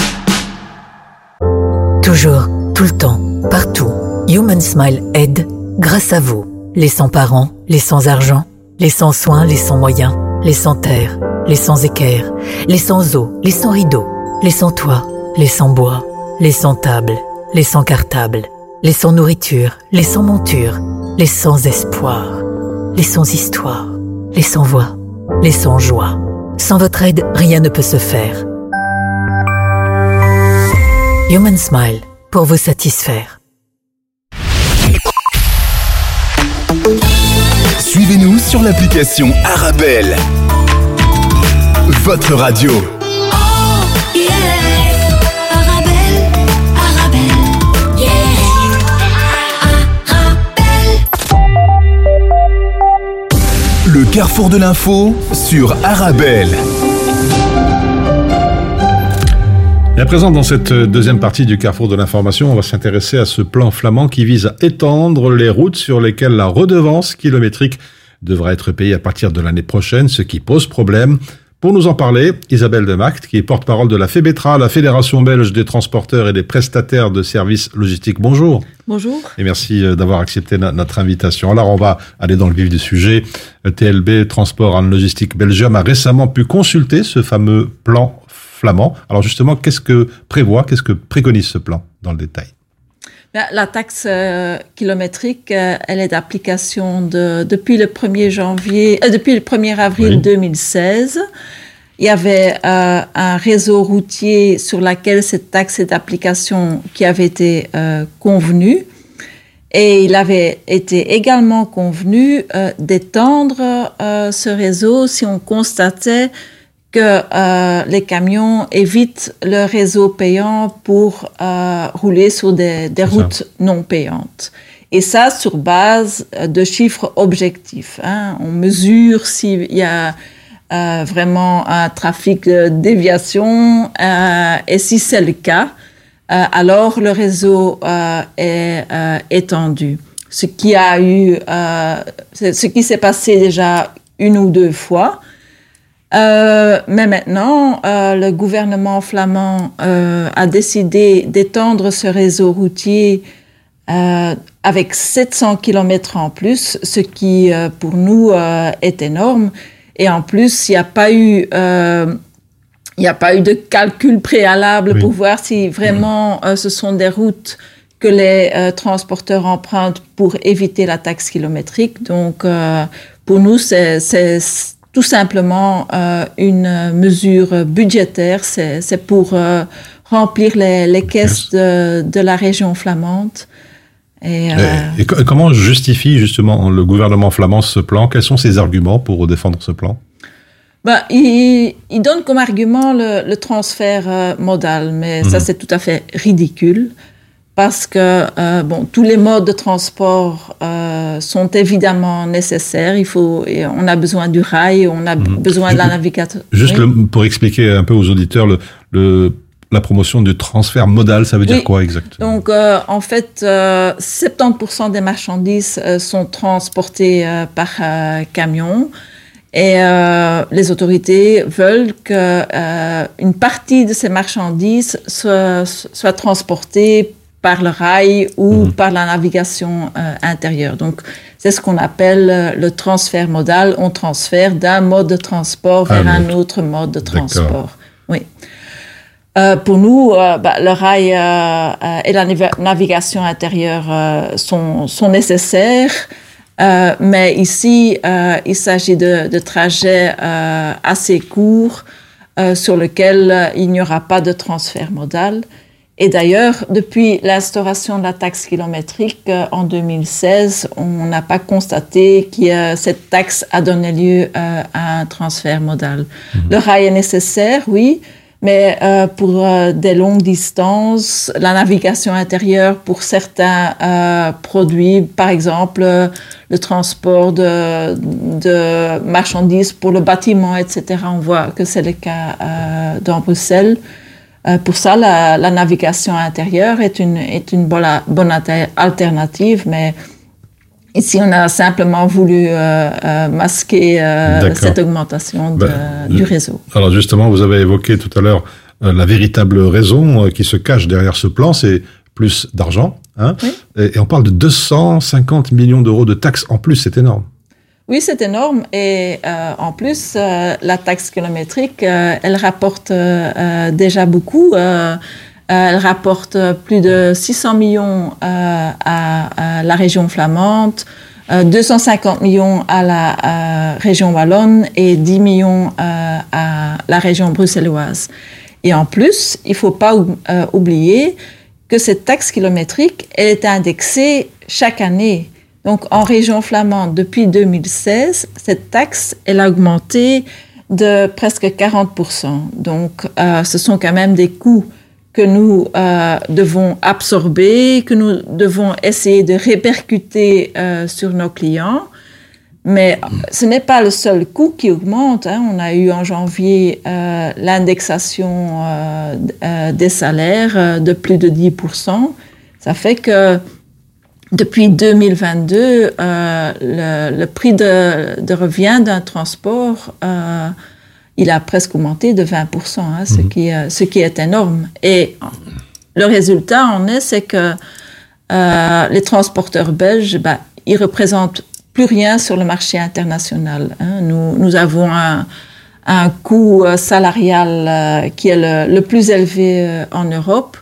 Toujours, tout le temps, partout. Human Smile aide grâce à vous. Les sans parents, les sans argent, les sans soins, les sans moyens, les sans terre, les sans équerre, les sans eau, les sans rideaux, les sans toit, les sans bois, les sans table, les sans cartable, les sans nourriture, les sans monture, les sans espoir, les sans histoire, les sans voix, les sans joie. Sans votre aide, rien ne peut se faire. Human Smile, pour vous satisfaire. Suivez-nous sur l'application Arabelle. Votre radio. Le carrefour de l'info sur Arabelle. Et à présent, dans cette deuxième partie du carrefour de l'information, on va s'intéresser à ce plan flamand qui vise à étendre les routes sur lesquelles la redevance kilométrique devra être payée à partir de l'année prochaine, ce qui pose problème. Pour nous en parler, Isabelle Demacht, qui est porte-parole de la FEBETRA, la Fédération belge des transporteurs et des prestataires de services logistiques. Bonjour. Bonjour. Et merci d'avoir accepté notre invitation. Alors, on va aller dans le vif du sujet. T L B, Transport and Logistique Belgium, a récemment pu consulter ce fameux plan flamand. Alors justement, qu'est-ce que prévoit, qu'est-ce que préconise ce plan dans le détail ? La taxe euh, kilométrique, euh, elle est d'application de, depuis le premier janvier, euh, depuis le premier avril oui. deux mille seize. Il y avait euh, un réseau routier sur lequel cette taxe est d'application qui avait été euh, convenu. Et il avait été également convenu euh, d'étendre euh, ce réseau si on constatait que euh, les camions évitent le réseau payant pour euh, rouler sur des, des routes non payantes. Et ça, sur base de chiffres objectifs. Hein. On mesure s'il y a euh, vraiment un trafic de déviation euh, et si c'est le cas, euh, alors le réseau euh, est euh, étendu. Ce qui a eu, euh, ce qui s'est passé déjà une ou deux fois. Euh, mais maintenant, euh, le gouvernement flamand euh, a décidé d'étendre ce réseau routier euh, avec sept cents kilomètres en plus, ce qui, euh, pour nous, euh, est énorme. Et en plus, il n'y a pas eu, euh, il n'y a pas eu de calcul préalable oui. pour voir si vraiment euh, ce sont des routes que les euh, transporteurs empruntent pour éviter la taxe kilométrique. Donc, euh, pour nous, c'est, c'est tout simplement euh, une mesure budgétaire, c'est, c'est pour euh, remplir les, les caisses de, de la région flamande. Et, euh... et, et comment justifie justement le gouvernement flamand ce plan ? Quels sont ses arguments pour défendre ce plan ? Ben, il, il donne comme argument le, le transfert euh, modal, mais mmh. ça c'est tout à fait ridicule. Parce que euh, bon, tous les modes de transport euh, sont évidemment nécessaires. Il faut, et on a besoin du rail, on a mmh. besoin de la navigation. Juste oui. le, pour expliquer un peu aux auditeurs, le, le, la promotion du transfert modal, ça veut dire oui. quoi exactement ? Donc, euh, en fait, euh, soixante-dix pour cent des marchandises euh, sont transportées euh, par euh, camion. Et euh, les autorités veulent que euh, une partie de ces marchandises soit, soit transportée par le rail ou mmh. par la navigation euh, intérieure. Donc, c'est ce qu'on appelle le transfert modal. On transfère d'un mode de transport vers ah, un autre mode de transport. D'accord. Oui. Euh, pour nous, euh, bah, le rail euh, euh, et la nav- navigation intérieure euh, sont, sont nécessaires. Euh, mais ici, euh, il s'agit de, de trajets euh, assez courts euh, sur lesquels euh, il n'y aura pas de transfert modal. Et d'ailleurs, depuis l'instauration de la taxe kilométrique euh, en deux mille seize, on n'a pas constaté que euh, cette taxe a donné lieu euh, à un transfert modal. Mmh. Le rail est nécessaire, oui, mais euh, pour euh, des longues distances, la navigation intérieure pour certains euh, produits, par exemple euh, le transport de, de marchandises pour le bâtiment, et cetera, on voit que c'est le cas euh, dans Bruxelles. Euh, pour ça, la, la navigation intérieure est une, est une bonne, bonne alternative, mais ici, on a simplement voulu euh, euh, masquer euh, cette augmentation de, ben, du réseau. Alors justement, vous avez évoqué tout à l'heure euh, la véritable raison euh, qui se cache derrière ce plan, c'est plus d'argent. Hein, oui. et, et on parle de deux cent cinquante millions d'euros de taxes en plus, c'est énorme. Oui, c'est énorme. Et euh, en plus, euh, la taxe kilométrique, euh, elle rapporte euh, déjà beaucoup. Euh, elle rapporte plus de six cents millions euh, à, à la région flamande, euh, deux cent cinquante millions à la euh, région wallonne et dix millions euh, à la région bruxelloise. Et en plus, il ne faut pas euh, oublier que cette taxe kilométrique, elle est indexée chaque année. Donc, en région flamande, depuis deux mille seize, cette taxe, elle a augmenté de presque quarante pour cent. Donc, euh, ce sont quand même des coûts que nous euh, devons absorber, que nous devons essayer de répercuter euh, sur nos clients. Mais ce n'est pas le seul coût qui augmente. Hein. On a eu en janvier euh, l'indexation euh, euh, des salaires euh, de plus de dix pour cent. Ça fait que depuis deux mille vingt-deux, euh, le, le prix de, de revient d'un transport, euh, il a presque augmenté de vingt pour cent, hein, mmh. ce, qui, euh, ce qui est énorme. Et le résultat en est, c'est que euh, les transporteurs belges, bah, ils représentent plus rien sur le marché international. Hein. Nous, nous avons un, un coût salarial euh, qui est le, le plus élevé euh, en Europe.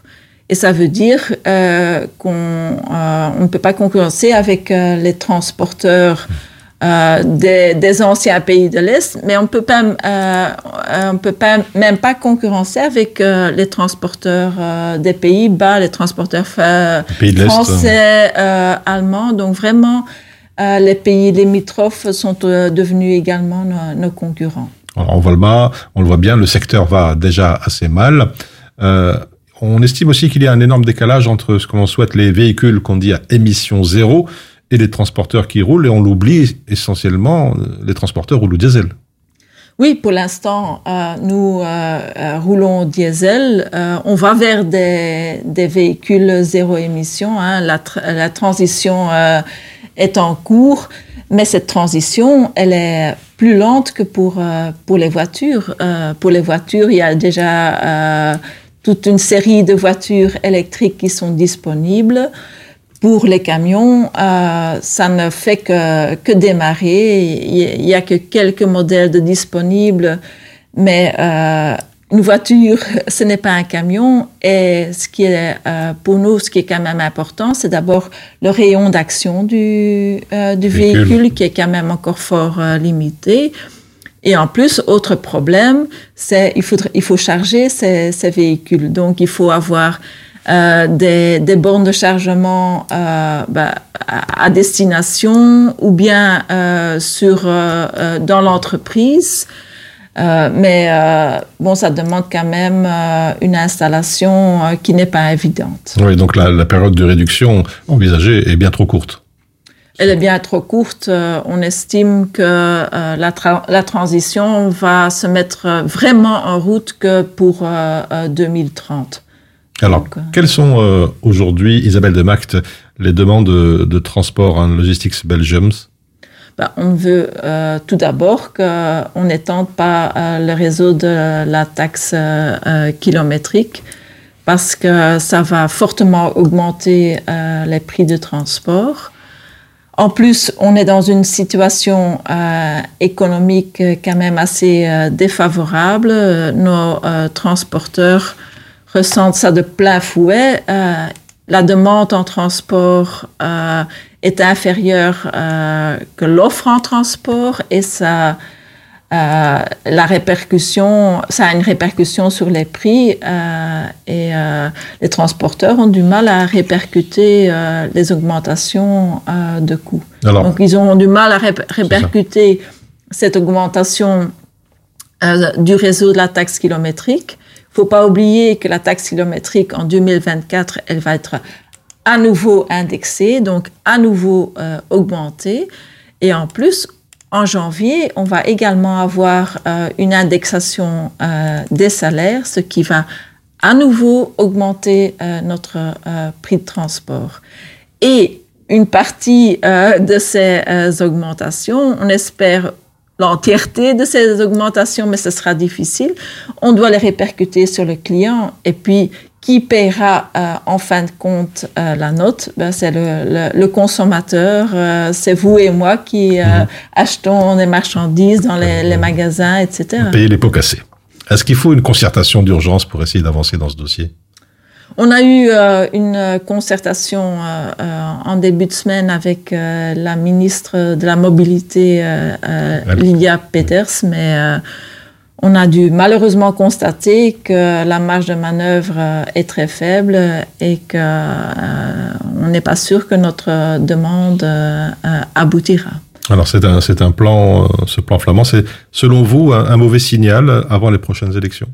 Et ça veut dire euh, qu'on euh, on ne peut pas concurrencer avec euh, les transporteurs euh, des, des anciens pays de l'Est, mais on peut pas, euh, on peut pas même pas concurrencer avec euh, les transporteurs euh, des Pays-Bas, les transporteurs euh, pays de français, euh, allemands. Donc vraiment, euh, les pays limitrophes sont euh, devenus également nos, nos concurrents. Alors, en Volma, on le voit bien, le secteur va déjà assez mal. Euh, On estime aussi qu'il y a un énorme décalage entre ce que l'on souhaite, les véhicules qu'on dit à émission zéro, et les transporteurs qui roulent, et on l'oublie essentiellement, les transporteurs roulent au diesel. Oui, pour l'instant, euh, nous euh, euh, roulons au diesel. Euh, on va vers des, des véhicules zéro émission. Hein. La, tr- la transition euh, est en cours, mais cette transition, elle est plus lente que pour, euh, pour les voitures. Euh, pour les voitures, il y a déjà... Euh, toute une série de voitures électriques qui sont disponibles. Pour les camions, euh, ça ne fait que, que démarrer. Il n'y a que quelques modèles de disponibles, mais euh, une voiture, ce n'est pas un camion. Et ce qui est, euh, pour nous, ce qui est quand même important, c'est d'abord le rayon d'action du, euh, du véhicule. véhicule, qui est quand même encore fort euh, limité. Et en plus, autre problème, c'est il faut il faut charger ces, ces véhicules. Donc, il faut avoir euh, des, des bornes de chargement euh, bah, à, à destination ou bien euh, sur euh, dans l'entreprise. Euh, mais euh, bon, ça demande quand même euh, une installation euh, qui n'est pas évidente. Oui, donc la, la période de réduction envisagée est bien trop courte. Elle est bien trop courte. Euh, on estime que euh, la, tra- la transition va se mettre vraiment en route que pour euh, euh, deux mille trente. Alors, Donc, euh... quelles sont euh, aujourd'hui, Isabelle de Macht, les demandes de, de transport en Logistics Belgium? Ben, on veut euh, tout d'abord qu'on n'étende pas euh, le réseau de la taxe euh, euh, kilométrique parce que ça va fortement augmenter euh, les prix de transport. En plus, on est dans une situation euh, économique quand même assez euh, défavorable. Nos euh, transporteurs ressentent ça de plein fouet. Euh, la demande en transport euh, est inférieure euh, que l'offre en transport et ça, euh, la répercussion, ça a une répercussion sur les prix euh, et euh, les transporteurs ont du mal à répercuter euh, les augmentations euh, de coûts. Alors, donc, ils ont du mal à ré- répercuter cette augmentation euh, du réseau de la taxe kilométrique. Il ne faut pas oublier que la taxe kilométrique en deux mille vingt-quatre, elle va être à nouveau indexée, donc à nouveau euh, augmentée. Et en plus, en janvier, on va également avoir euh, une indexation euh, des salaires, ce qui va à nouveau augmenter euh, notre euh, prix de transport. Et une partie euh, de ces euh, augmentations, on espère l'entièreté de ces augmentations, mais ce sera difficile. On doit les répercuter sur le client. Et puis, qui paiera euh, en fin de compte euh, la note? Ben, c'est le, le, le consommateur, euh, c'est vous et moi qui euh, mmh. achetons des marchandises dans les, les magasins, et cetera. Payer les pots cassés. Est-ce qu'il faut une concertation d'urgence pour essayer d'avancer dans ce dossier? On a eu euh, une concertation euh, euh, en début de semaine avec euh, la ministre de la Mobilité, euh, euh, Lydia Peters, mais euh, on a dû malheureusement constater que la marge de manœuvre euh, est très faible et qu'on euh, n'est pas sûr que notre demande euh, euh, aboutira. Alors c'est un, c'est un plan, euh, ce plan flamand, c'est selon vous un, un mauvais signal avant les prochaines élections?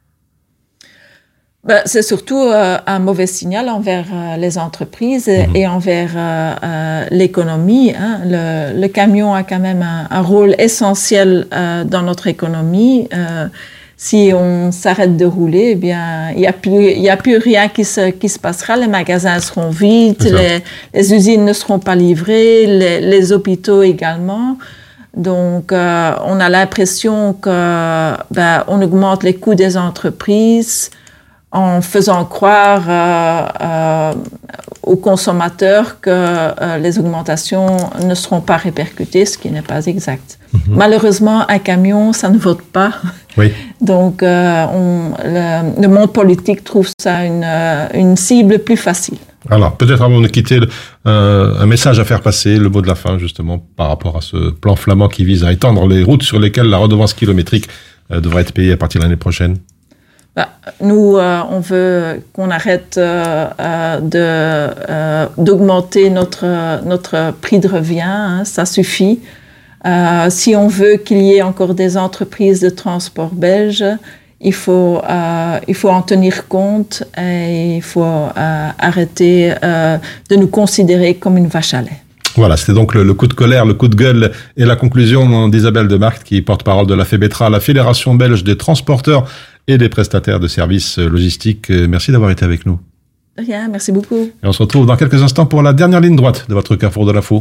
Ben, c'est surtout euh, un mauvais signal envers euh, les entreprises et, mmh. et envers euh, euh, l'économie. Hein. Le, le camion a quand même un, un rôle essentiel euh, dans notre économie. Euh, si on s'arrête de rouler, eh bien, il n'y a plus, il y a plus rien qui se, qui se passera. Les magasins seront vides, les, les usines ne seront pas livrées, les, les hôpitaux également. Donc, euh, on a l'impression que ben, on augmente les coûts des entreprises en faisant croire euh, euh, aux consommateurs que euh, les augmentations ne seront pas répercutées, ce qui n'est pas exact. Mm-hmm. Malheureusement, un camion, ça ne vote pas. Oui. Donc, euh, on, le, le monde politique trouve ça une, euh, une cible plus facile. Alors, peut-être avant de quitter, euh, un message à faire passer, le mot de la fin, justement, par rapport à ce plan flamand qui vise à étendre les routes sur lesquelles la redevance kilométrique euh, devra être payée à partir de l'année prochaine. Bah, nous, euh, on veut qu'on arrête euh, euh, de, euh, d'augmenter notre, notre prix de revient, hein, ça suffit. Euh, si on veut qu'il y ait encore des entreprises de transport belges, il faut, euh, il faut en tenir compte et il faut euh, arrêter euh, de nous considérer comme une vache à lait. Voilà, c'était donc le, le coup de colère, le coup de gueule et la conclusion d'Isabelle Demarcte, qui est porte-parole de la FEBETRA, la Fédération belge des transporteurs et des prestataires de services logistiques. Merci d'avoir été avec nous. De rien, merci beaucoup. Et on se retrouve dans quelques instants pour la dernière ligne droite de votre Carrefour de l'info.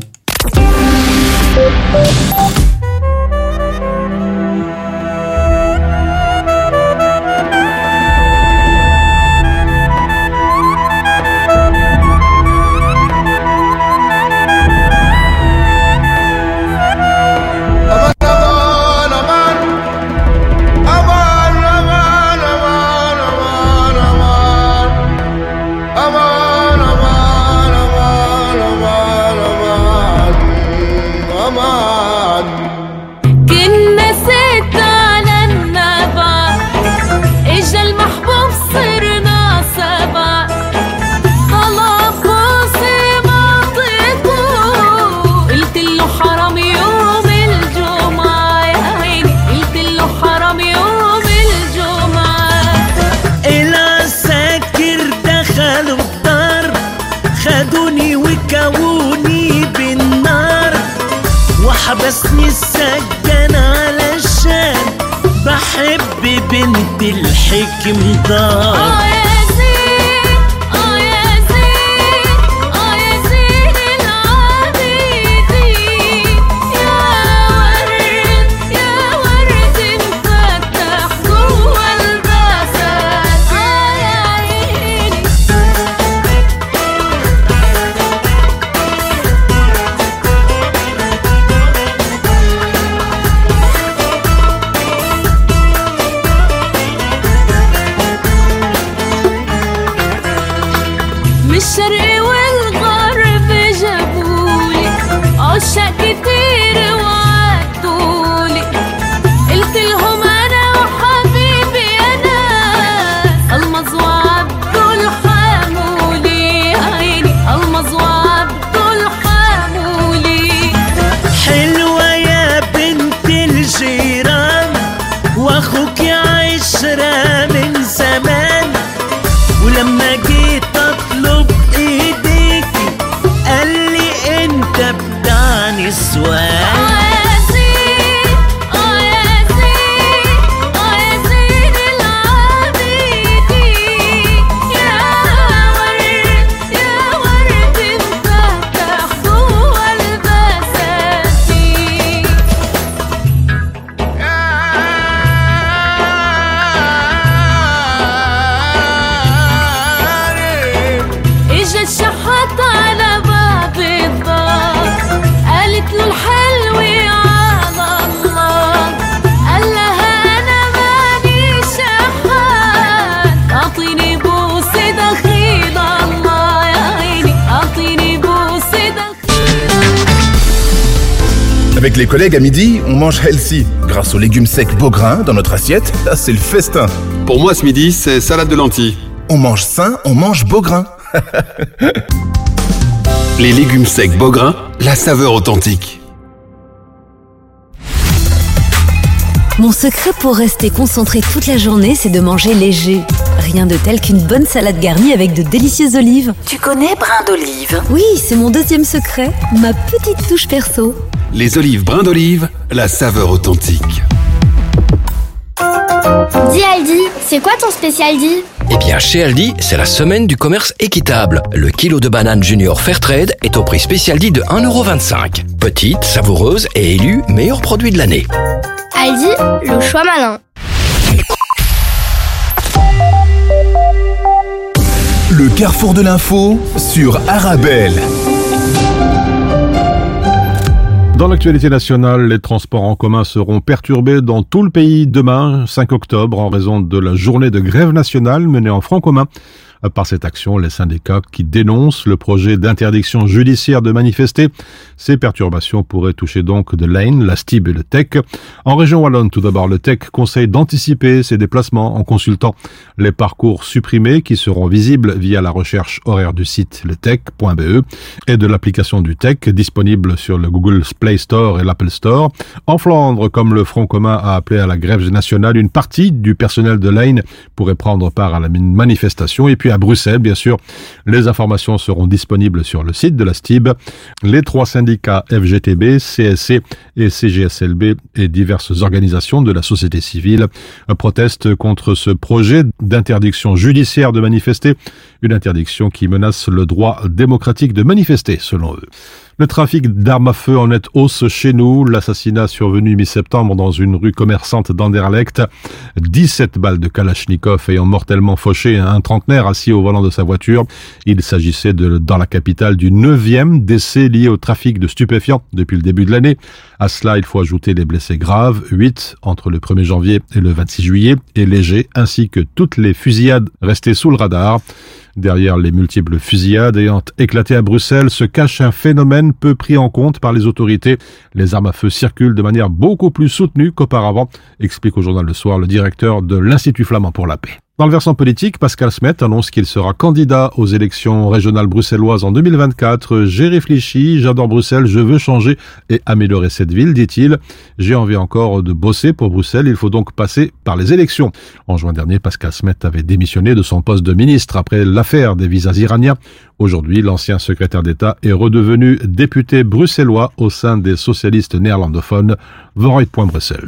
حبسني السجان علشان بحب بنت الحكم دار. الشرق والغرب جابولي عشاق كتير وعدولي قلت لهم انا وحبيبي انا المظ وعبد الحمولي عيني المظ وعبد الحمولي. حلوة يا بنت الجيران واخوك يا عشرة من زمان ولما جيت اطلب ايديكي قال لي انت بتاع نسوان. الشحات على باب الدار قالت له الحلو على الله قال لها انا ماني شحات اعطيني بوس دخيل الله يا عيني اعطيني بوس دخيل. Avec les collègues à midi, on mange healthy. Grâce aux légumes secs Beaugrain dans notre assiette, là c'est le festin. Pour moi ce midi, c'est salade de lentilles. On mange sain, on mange Beaugrain. Les légumes secs Beaugrain, la saveur authentique. Mon secret pour rester concentré toute la journée, c'est de manger léger. Rien de tel qu'une bonne salade garnie avec de délicieuses olives. Tu connais brin d'olive? Oui, c'est mon deuxième secret, ma petite touche perso. Les olives brin d'olive, la saveur authentique. Dis Aldi, c'est quoi ton spécial Di? Eh bien, chez Aldi, c'est la semaine du commerce équitable. Le kilo de banane junior Fairtrade est au prix spécial Di de un euro vingt-cinq. Petite, savoureuse et élue meilleur produit de l'année. Aldi, le choix malin. Le carrefour de l'info sur Arabelle. Dans l'actualité nationale, les transports en commun seront perturbés dans tout le pays demain, cinq octobre, en raison de la journée de grève nationale menée en franc commun. Par cette action, les syndicats qui dénoncent le projet d'interdiction judiciaire de manifester. Ces perturbations pourraient toucher donc de Lane, la S T I B et le T E C. En région wallonne, tout d'abord, le T E C conseille d'anticiper ses déplacements en consultant les parcours supprimés qui seront visibles via la recherche horaire du site le tec point b e et de l'application du T E C disponible sur le Google Play Store et l'Apple Store. En Flandre, comme le Front commun a appelé à la grève nationale, une partie du personnel de Lane pourrait prendre part à la manifestation. Et puis à Bruxelles, bien sûr, les informations seront disponibles sur le site de la S T I B. Les trois syndicats F G T B, C S C et C G S L B et diverses organisations de la société civile protestent contre ce projet d'interdiction judiciaire de manifester, une interdiction qui menace le droit démocratique de manifester, selon eux. Le trafic d'armes à feu en nette hausse chez nous. L'assassinat survenu mi-septembre dans une rue commerçante d'Anderlecht. dix-sept balles de Kalachnikov ayant mortellement fauché un trentenaire assis au volant de sa voiture. Il s'agissait de, dans la capitale, du neuvième décès lié au trafic de stupéfiants depuis le début de l'année. À cela, il faut ajouter les blessés graves, huit entre le premier janvier et le vingt-six juillet, et légers, ainsi que toutes les fusillades restées sous le radar. Derrière les multiples fusillades ayant éclaté à Bruxelles se cache un phénomène peu pris en compte par les autorités. Les armes à feu circulent de manière beaucoup plus soutenue qu'auparavant, explique au journal Le Soir le directeur de l'Institut flamand pour la paix. Dans le versant politique, Pascal Smet annonce qu'il sera candidat aux élections régionales bruxelloises en deux mille vingt-quatre. J'ai réfléchi, j'adore Bruxelles, je veux changer et améliorer cette ville, dit-il. J'ai envie encore de bosser pour Bruxelles, il faut donc passer par les élections. En juin dernier, Pascal Smet avait démissionné de son poste de ministre après l'affaire des visas iraniens. Aujourd'hui, l'ancien secrétaire d'État est redevenu député bruxellois au sein des socialistes néerlandophones, Vooruit.Brussels.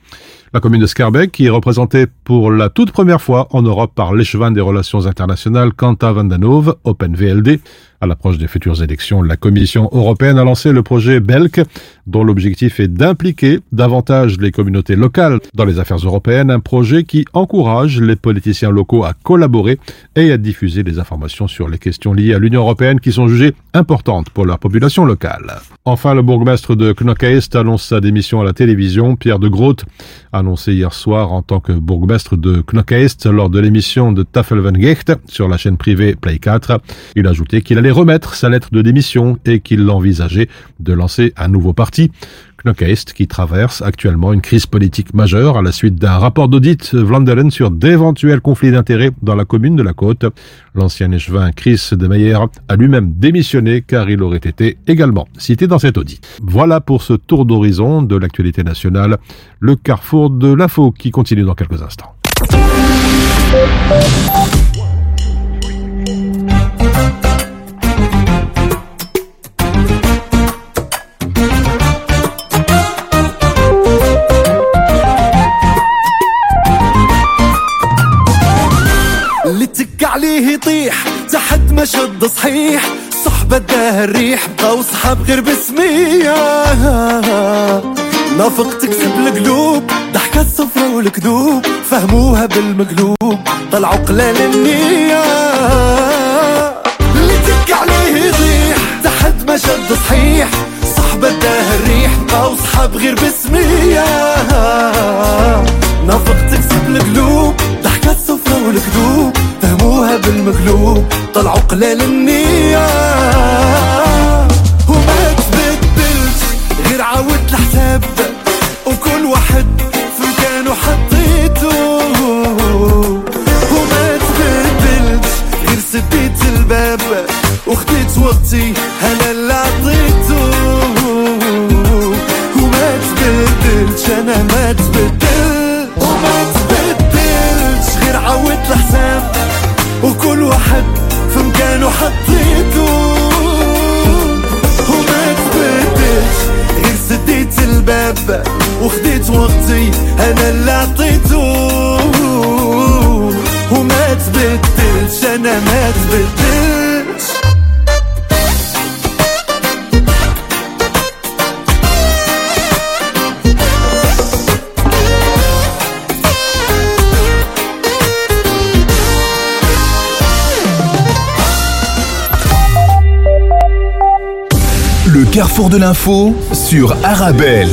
La commune de Schaerbeek, qui est représentée pour la toute première fois en Europe par l'échevin des relations internationales Quanta van den Hove, Open V L D. À l'approche des futures élections, la Commission européenne a lancé le projet BELK, dont l'objectif est d'impliquer davantage les communautés locales dans les affaires européennes, un projet qui encourage les politiciens locaux à collaborer et à diffuser des informations sur les questions liées à l'Union européenne qui sont jugées importantes pour leur population locale. Enfin, le bourgmestre de Knokke-Heist annonce sa démission à la télévision. Pierre de Groot a annoncé hier soir en tant que bourgmestre de Knokke-Heist lors de l'émission de Tafel van Gecht sur la chaîne privée Play quatre. Il a ajouté qu'il allait remettre sa lettre de démission et qu'il envisageait de lancer un nouveau parti. Knokke-Heist qui traverse actuellement une crise politique majeure à la suite d'un rapport d'audit Vlaanderen sur d'éventuels conflits d'intérêts dans la commune de la Côte. L'ancien échevin Chris de Meyer a lui-même démissionné car il aurait été également cité dans cet audit. Voilà pour ce tour d'horizon de l'actualité nationale, le carrefour de l'info qui continue dans quelques instants. اللي تك عليه يطيح تحت مشد صحيح صحبة داه الريح بقاو صحاب غير بسمية نافق تكسب القلوب ضحكة الصفرة والكذوب فهموها بالمقلوب طلعوا قلال النية اللي تك عليه يطيح تحت مشد صحيح صحبة داه الريح بقاو صحاب غير بسمية نافق تكسب القلوب ضحكة الصفرة والكذوب فهموها بالمقلوب طلعوا قلال النية وما تبدلش غير عاودت الحساب وكل واحد في مكانه حطيته وما تبدلش غير سديت الباب وخديت وقتي انا اللي عطيته وما تبدلش انا ما تبدل وما تبدلش غير عاودت الحساب وكل واحد في مكانه حطيته وما تبدلش غير سديت الباب وخديت وقتي انا اللي عطيته وما تبدلش انا ما تبدلش Le carrefour de l'info sur Arabelle.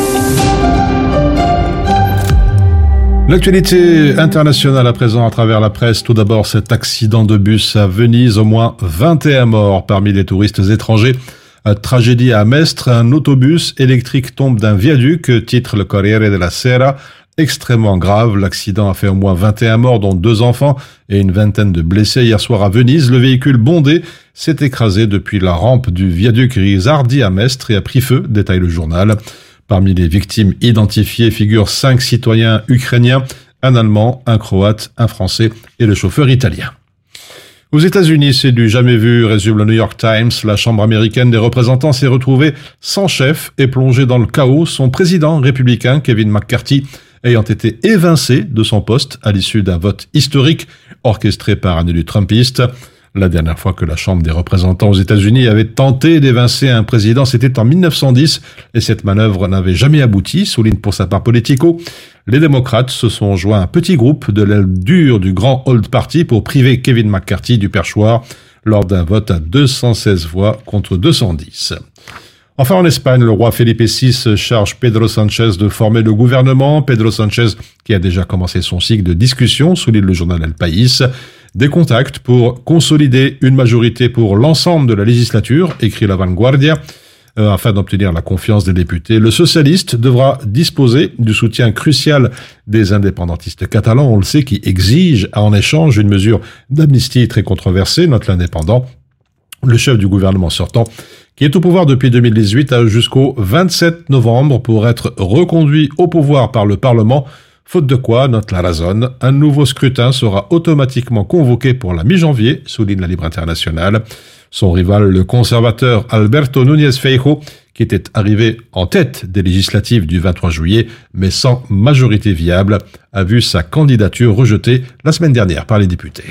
L'actualité internationale à présent à travers la presse. Tout d'abord, cet accident de bus à Venise, au moins vingt et un morts parmi les touristes étrangers. Tragédie à Mestre, un autobus électrique tombe d'un viaduc, titre le Corriere della Sera. Extrêmement grave, l'accident a fait au moins vingt et un morts, dont deux enfants et une vingtaine de blessés hier soir à Venise. Le véhicule bondé s'est écrasé depuis la rampe du viaduc Risardi à Mestre et a pris feu, détaille le journal. Parmi les victimes identifiées figurent cinq citoyens ukrainiens, un Allemand, un Croate, un Français et le chauffeur italien. Aux États-Unis, c'est du jamais vu, résume le New York Times. La Chambre américaine des représentants s'est retrouvée sans chef et plongée dans le chaos. Son président républicain, Kevin McCarthy, ayant été évincé de son poste à l'issue d'un vote historique orchestré par un élu trumpiste. La dernière fois que la Chambre des représentants aux États-Unis avait tenté d'évincer un président, c'était en mille neuf cent dix, et cette manœuvre n'avait jamais abouti, souligne pour sa part Politico. Les démocrates se sont joints à un petit groupe de l'aile dure du grand Old Party pour priver Kevin McCarthy du perchoir lors d'un vote à deux cent seize voix contre deux cent dix. Enfin, en Espagne, le roi Felipe six charge Pedro Sánchez de former le gouvernement. Pedro Sánchez, qui a déjà commencé son cycle de discussion, souligne le journal El País. Des contacts pour consolider une majorité pour l'ensemble de la législature, écrit La Vanguardia. Euh, afin d'obtenir la confiance des députés, le socialiste devra disposer du soutien crucial des indépendantistes catalans, on le sait, qui exigent en échange une mesure d'amnistie très controversée, note l'Indépendant. Le chef du gouvernement sortant, qui est au pouvoir depuis deux mille dix-huit, a jusqu'au vingt-sept novembre pour être reconduit au pouvoir par le Parlement, faute de quoi, note La Razón, un nouveau scrutin sera automatiquement convoqué pour la mi-janvier, souligne la Libre Internationale. Son rival, le conservateur Alberto Núñez Feijóo, qui était arrivé en tête des législatives du vingt-trois juillet, mais sans majorité viable, a vu sa candidature rejetée la semaine dernière par les députés.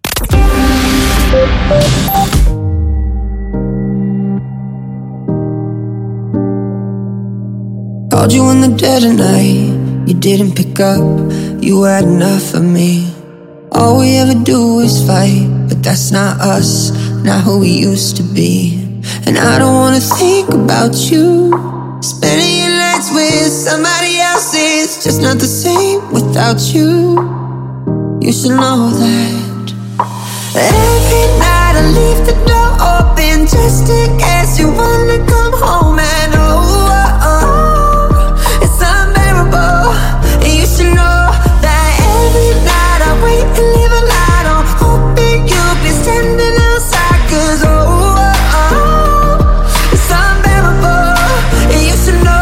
Called you in the dead of night, you didn't pick up, you had enough of me. All we ever do is fight, but that's not us, not who we used to be. And I don't wanna think about you spending your nights with somebody else. It's just not the same without you. You should know that. Every night I leave the door open just in case you wanna come home. And oh, oh, oh it's unbearable. And you should know that every night I wait and leave a light on, hoping you'll be standing outside. Cause oh, oh, oh it's unbearable. And you should know.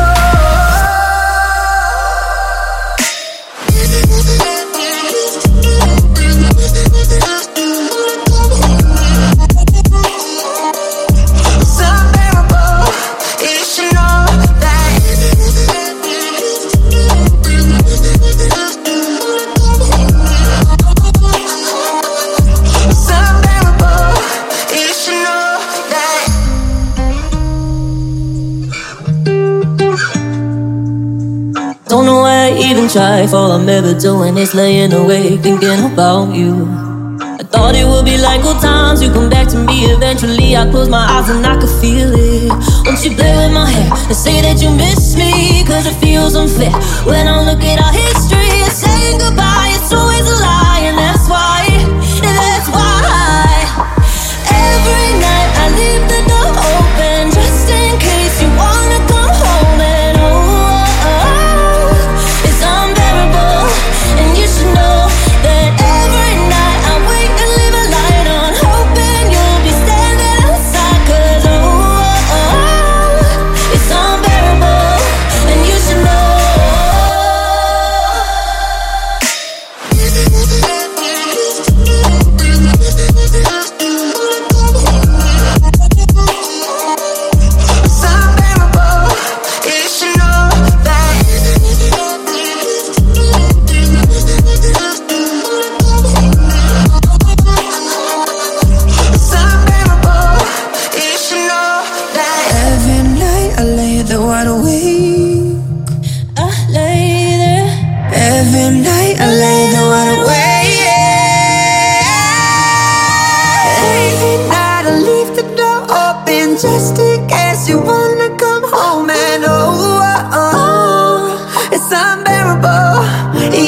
Don't know why I even try, for all I'm ever doing is laying awake thinking about you. I thought it would be like old times, you come back to me eventually. I close my eyes and I could feel it. Won't you play with my hair and say that you miss me? Cause it feels unfair when I look at our history and saying goodbye, it's always a lie. And that's why, and that's why every night I leave the door open just in case you wanna come home. And oh, oh, oh it's unbearable. And you should know that every night I wait and leave a light on, hoping you'll be standing outside. Cause oh, oh, oh it's unbearable. And you should know.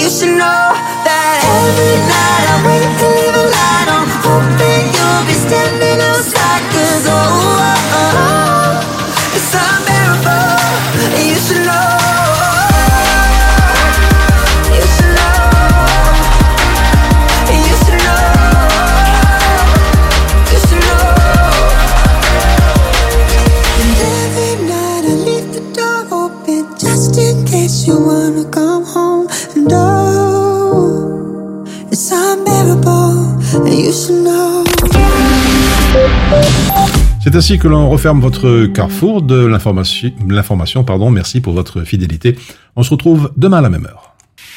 you should know that every night I wait to leave a light on, hoping you'll be standing outside. Cause oh, oh, oh, it's unbearable, and you should know. You should know. You should know. You should know. And every night I leave the door open just in case you wanna come home. And oh, it's unbearable, and you should know. C'est ainsi que l'on referme votre carrefour de l'information. L'information, pardon. Merci pour votre fidélité. On se retrouve demain à la même heure.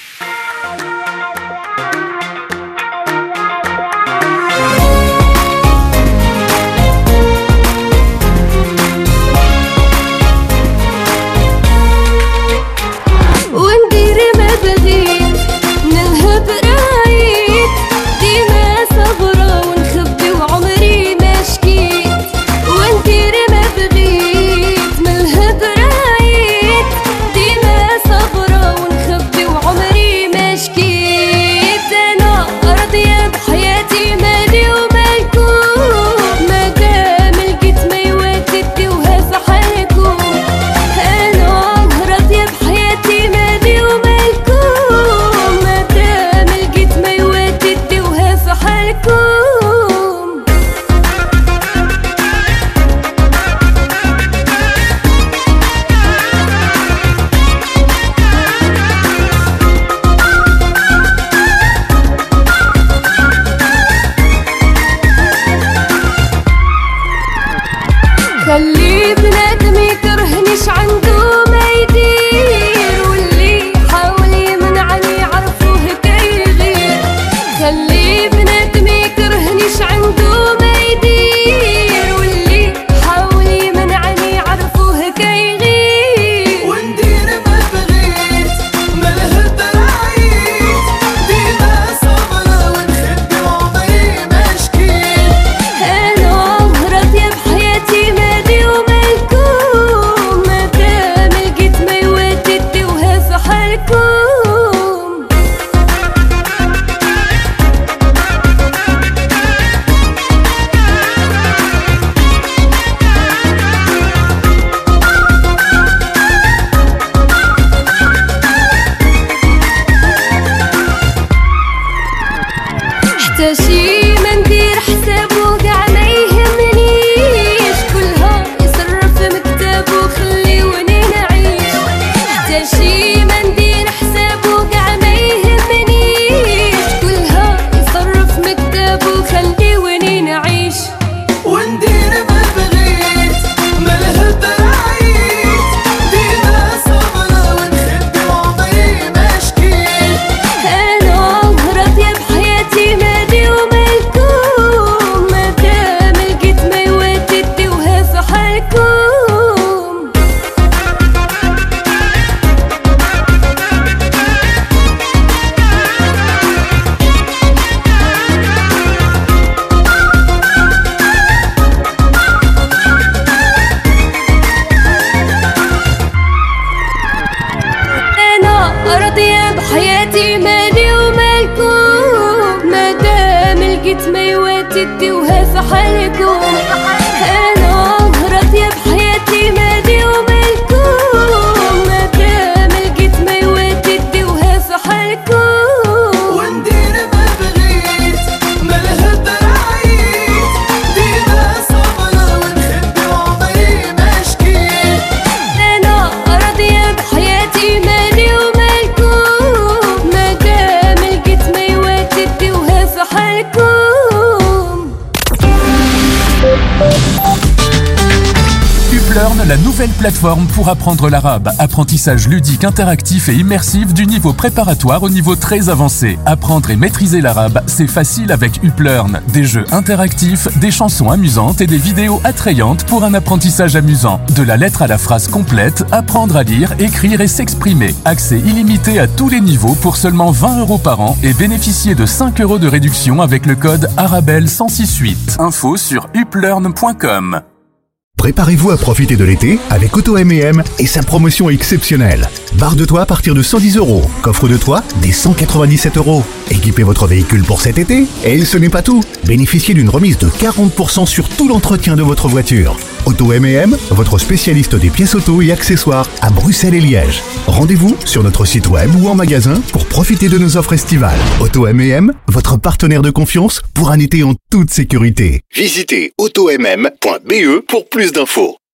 La nouvelle plateforme pour apprendre l'arabe. Apprentissage ludique, interactif et immersif du niveau préparatoire au niveau très avancé. Apprendre et maîtriser l'arabe, c'est facile avec UpLearn. Des jeux interactifs, des chansons amusantes et des vidéos attrayantes pour un apprentissage amusant. De la lettre à la phrase complète, apprendre à lire, écrire et s'exprimer. Accès illimité à tous les niveaux pour seulement vingt euros par an et bénéficier de cinq euros de réduction avec le code Arabelle cent six huit. Info sur uplearn point com. Préparez-vous à profiter de l'été avec Auto M et M et sa promotion exceptionnelle. Barre de toit à partir de cent dix euros. Coffre de toit des cent quatre-vingt-dix-sept euros. Équipez votre véhicule pour cet été. Et ce n'est pas tout. Bénéficiez d'une remise de quarante pour cent sur tout l'entretien de votre voiture. Auto M et M, votre spécialiste des pièces auto et accessoires à Bruxelles et Liège. Rendez-vous sur notre site web ou en magasin pour profiter de nos offres estivales. Auto M et M, votre partenaire de confiance pour un été en toute sécurité. Visitez auto m m point b e pour plus d'infos.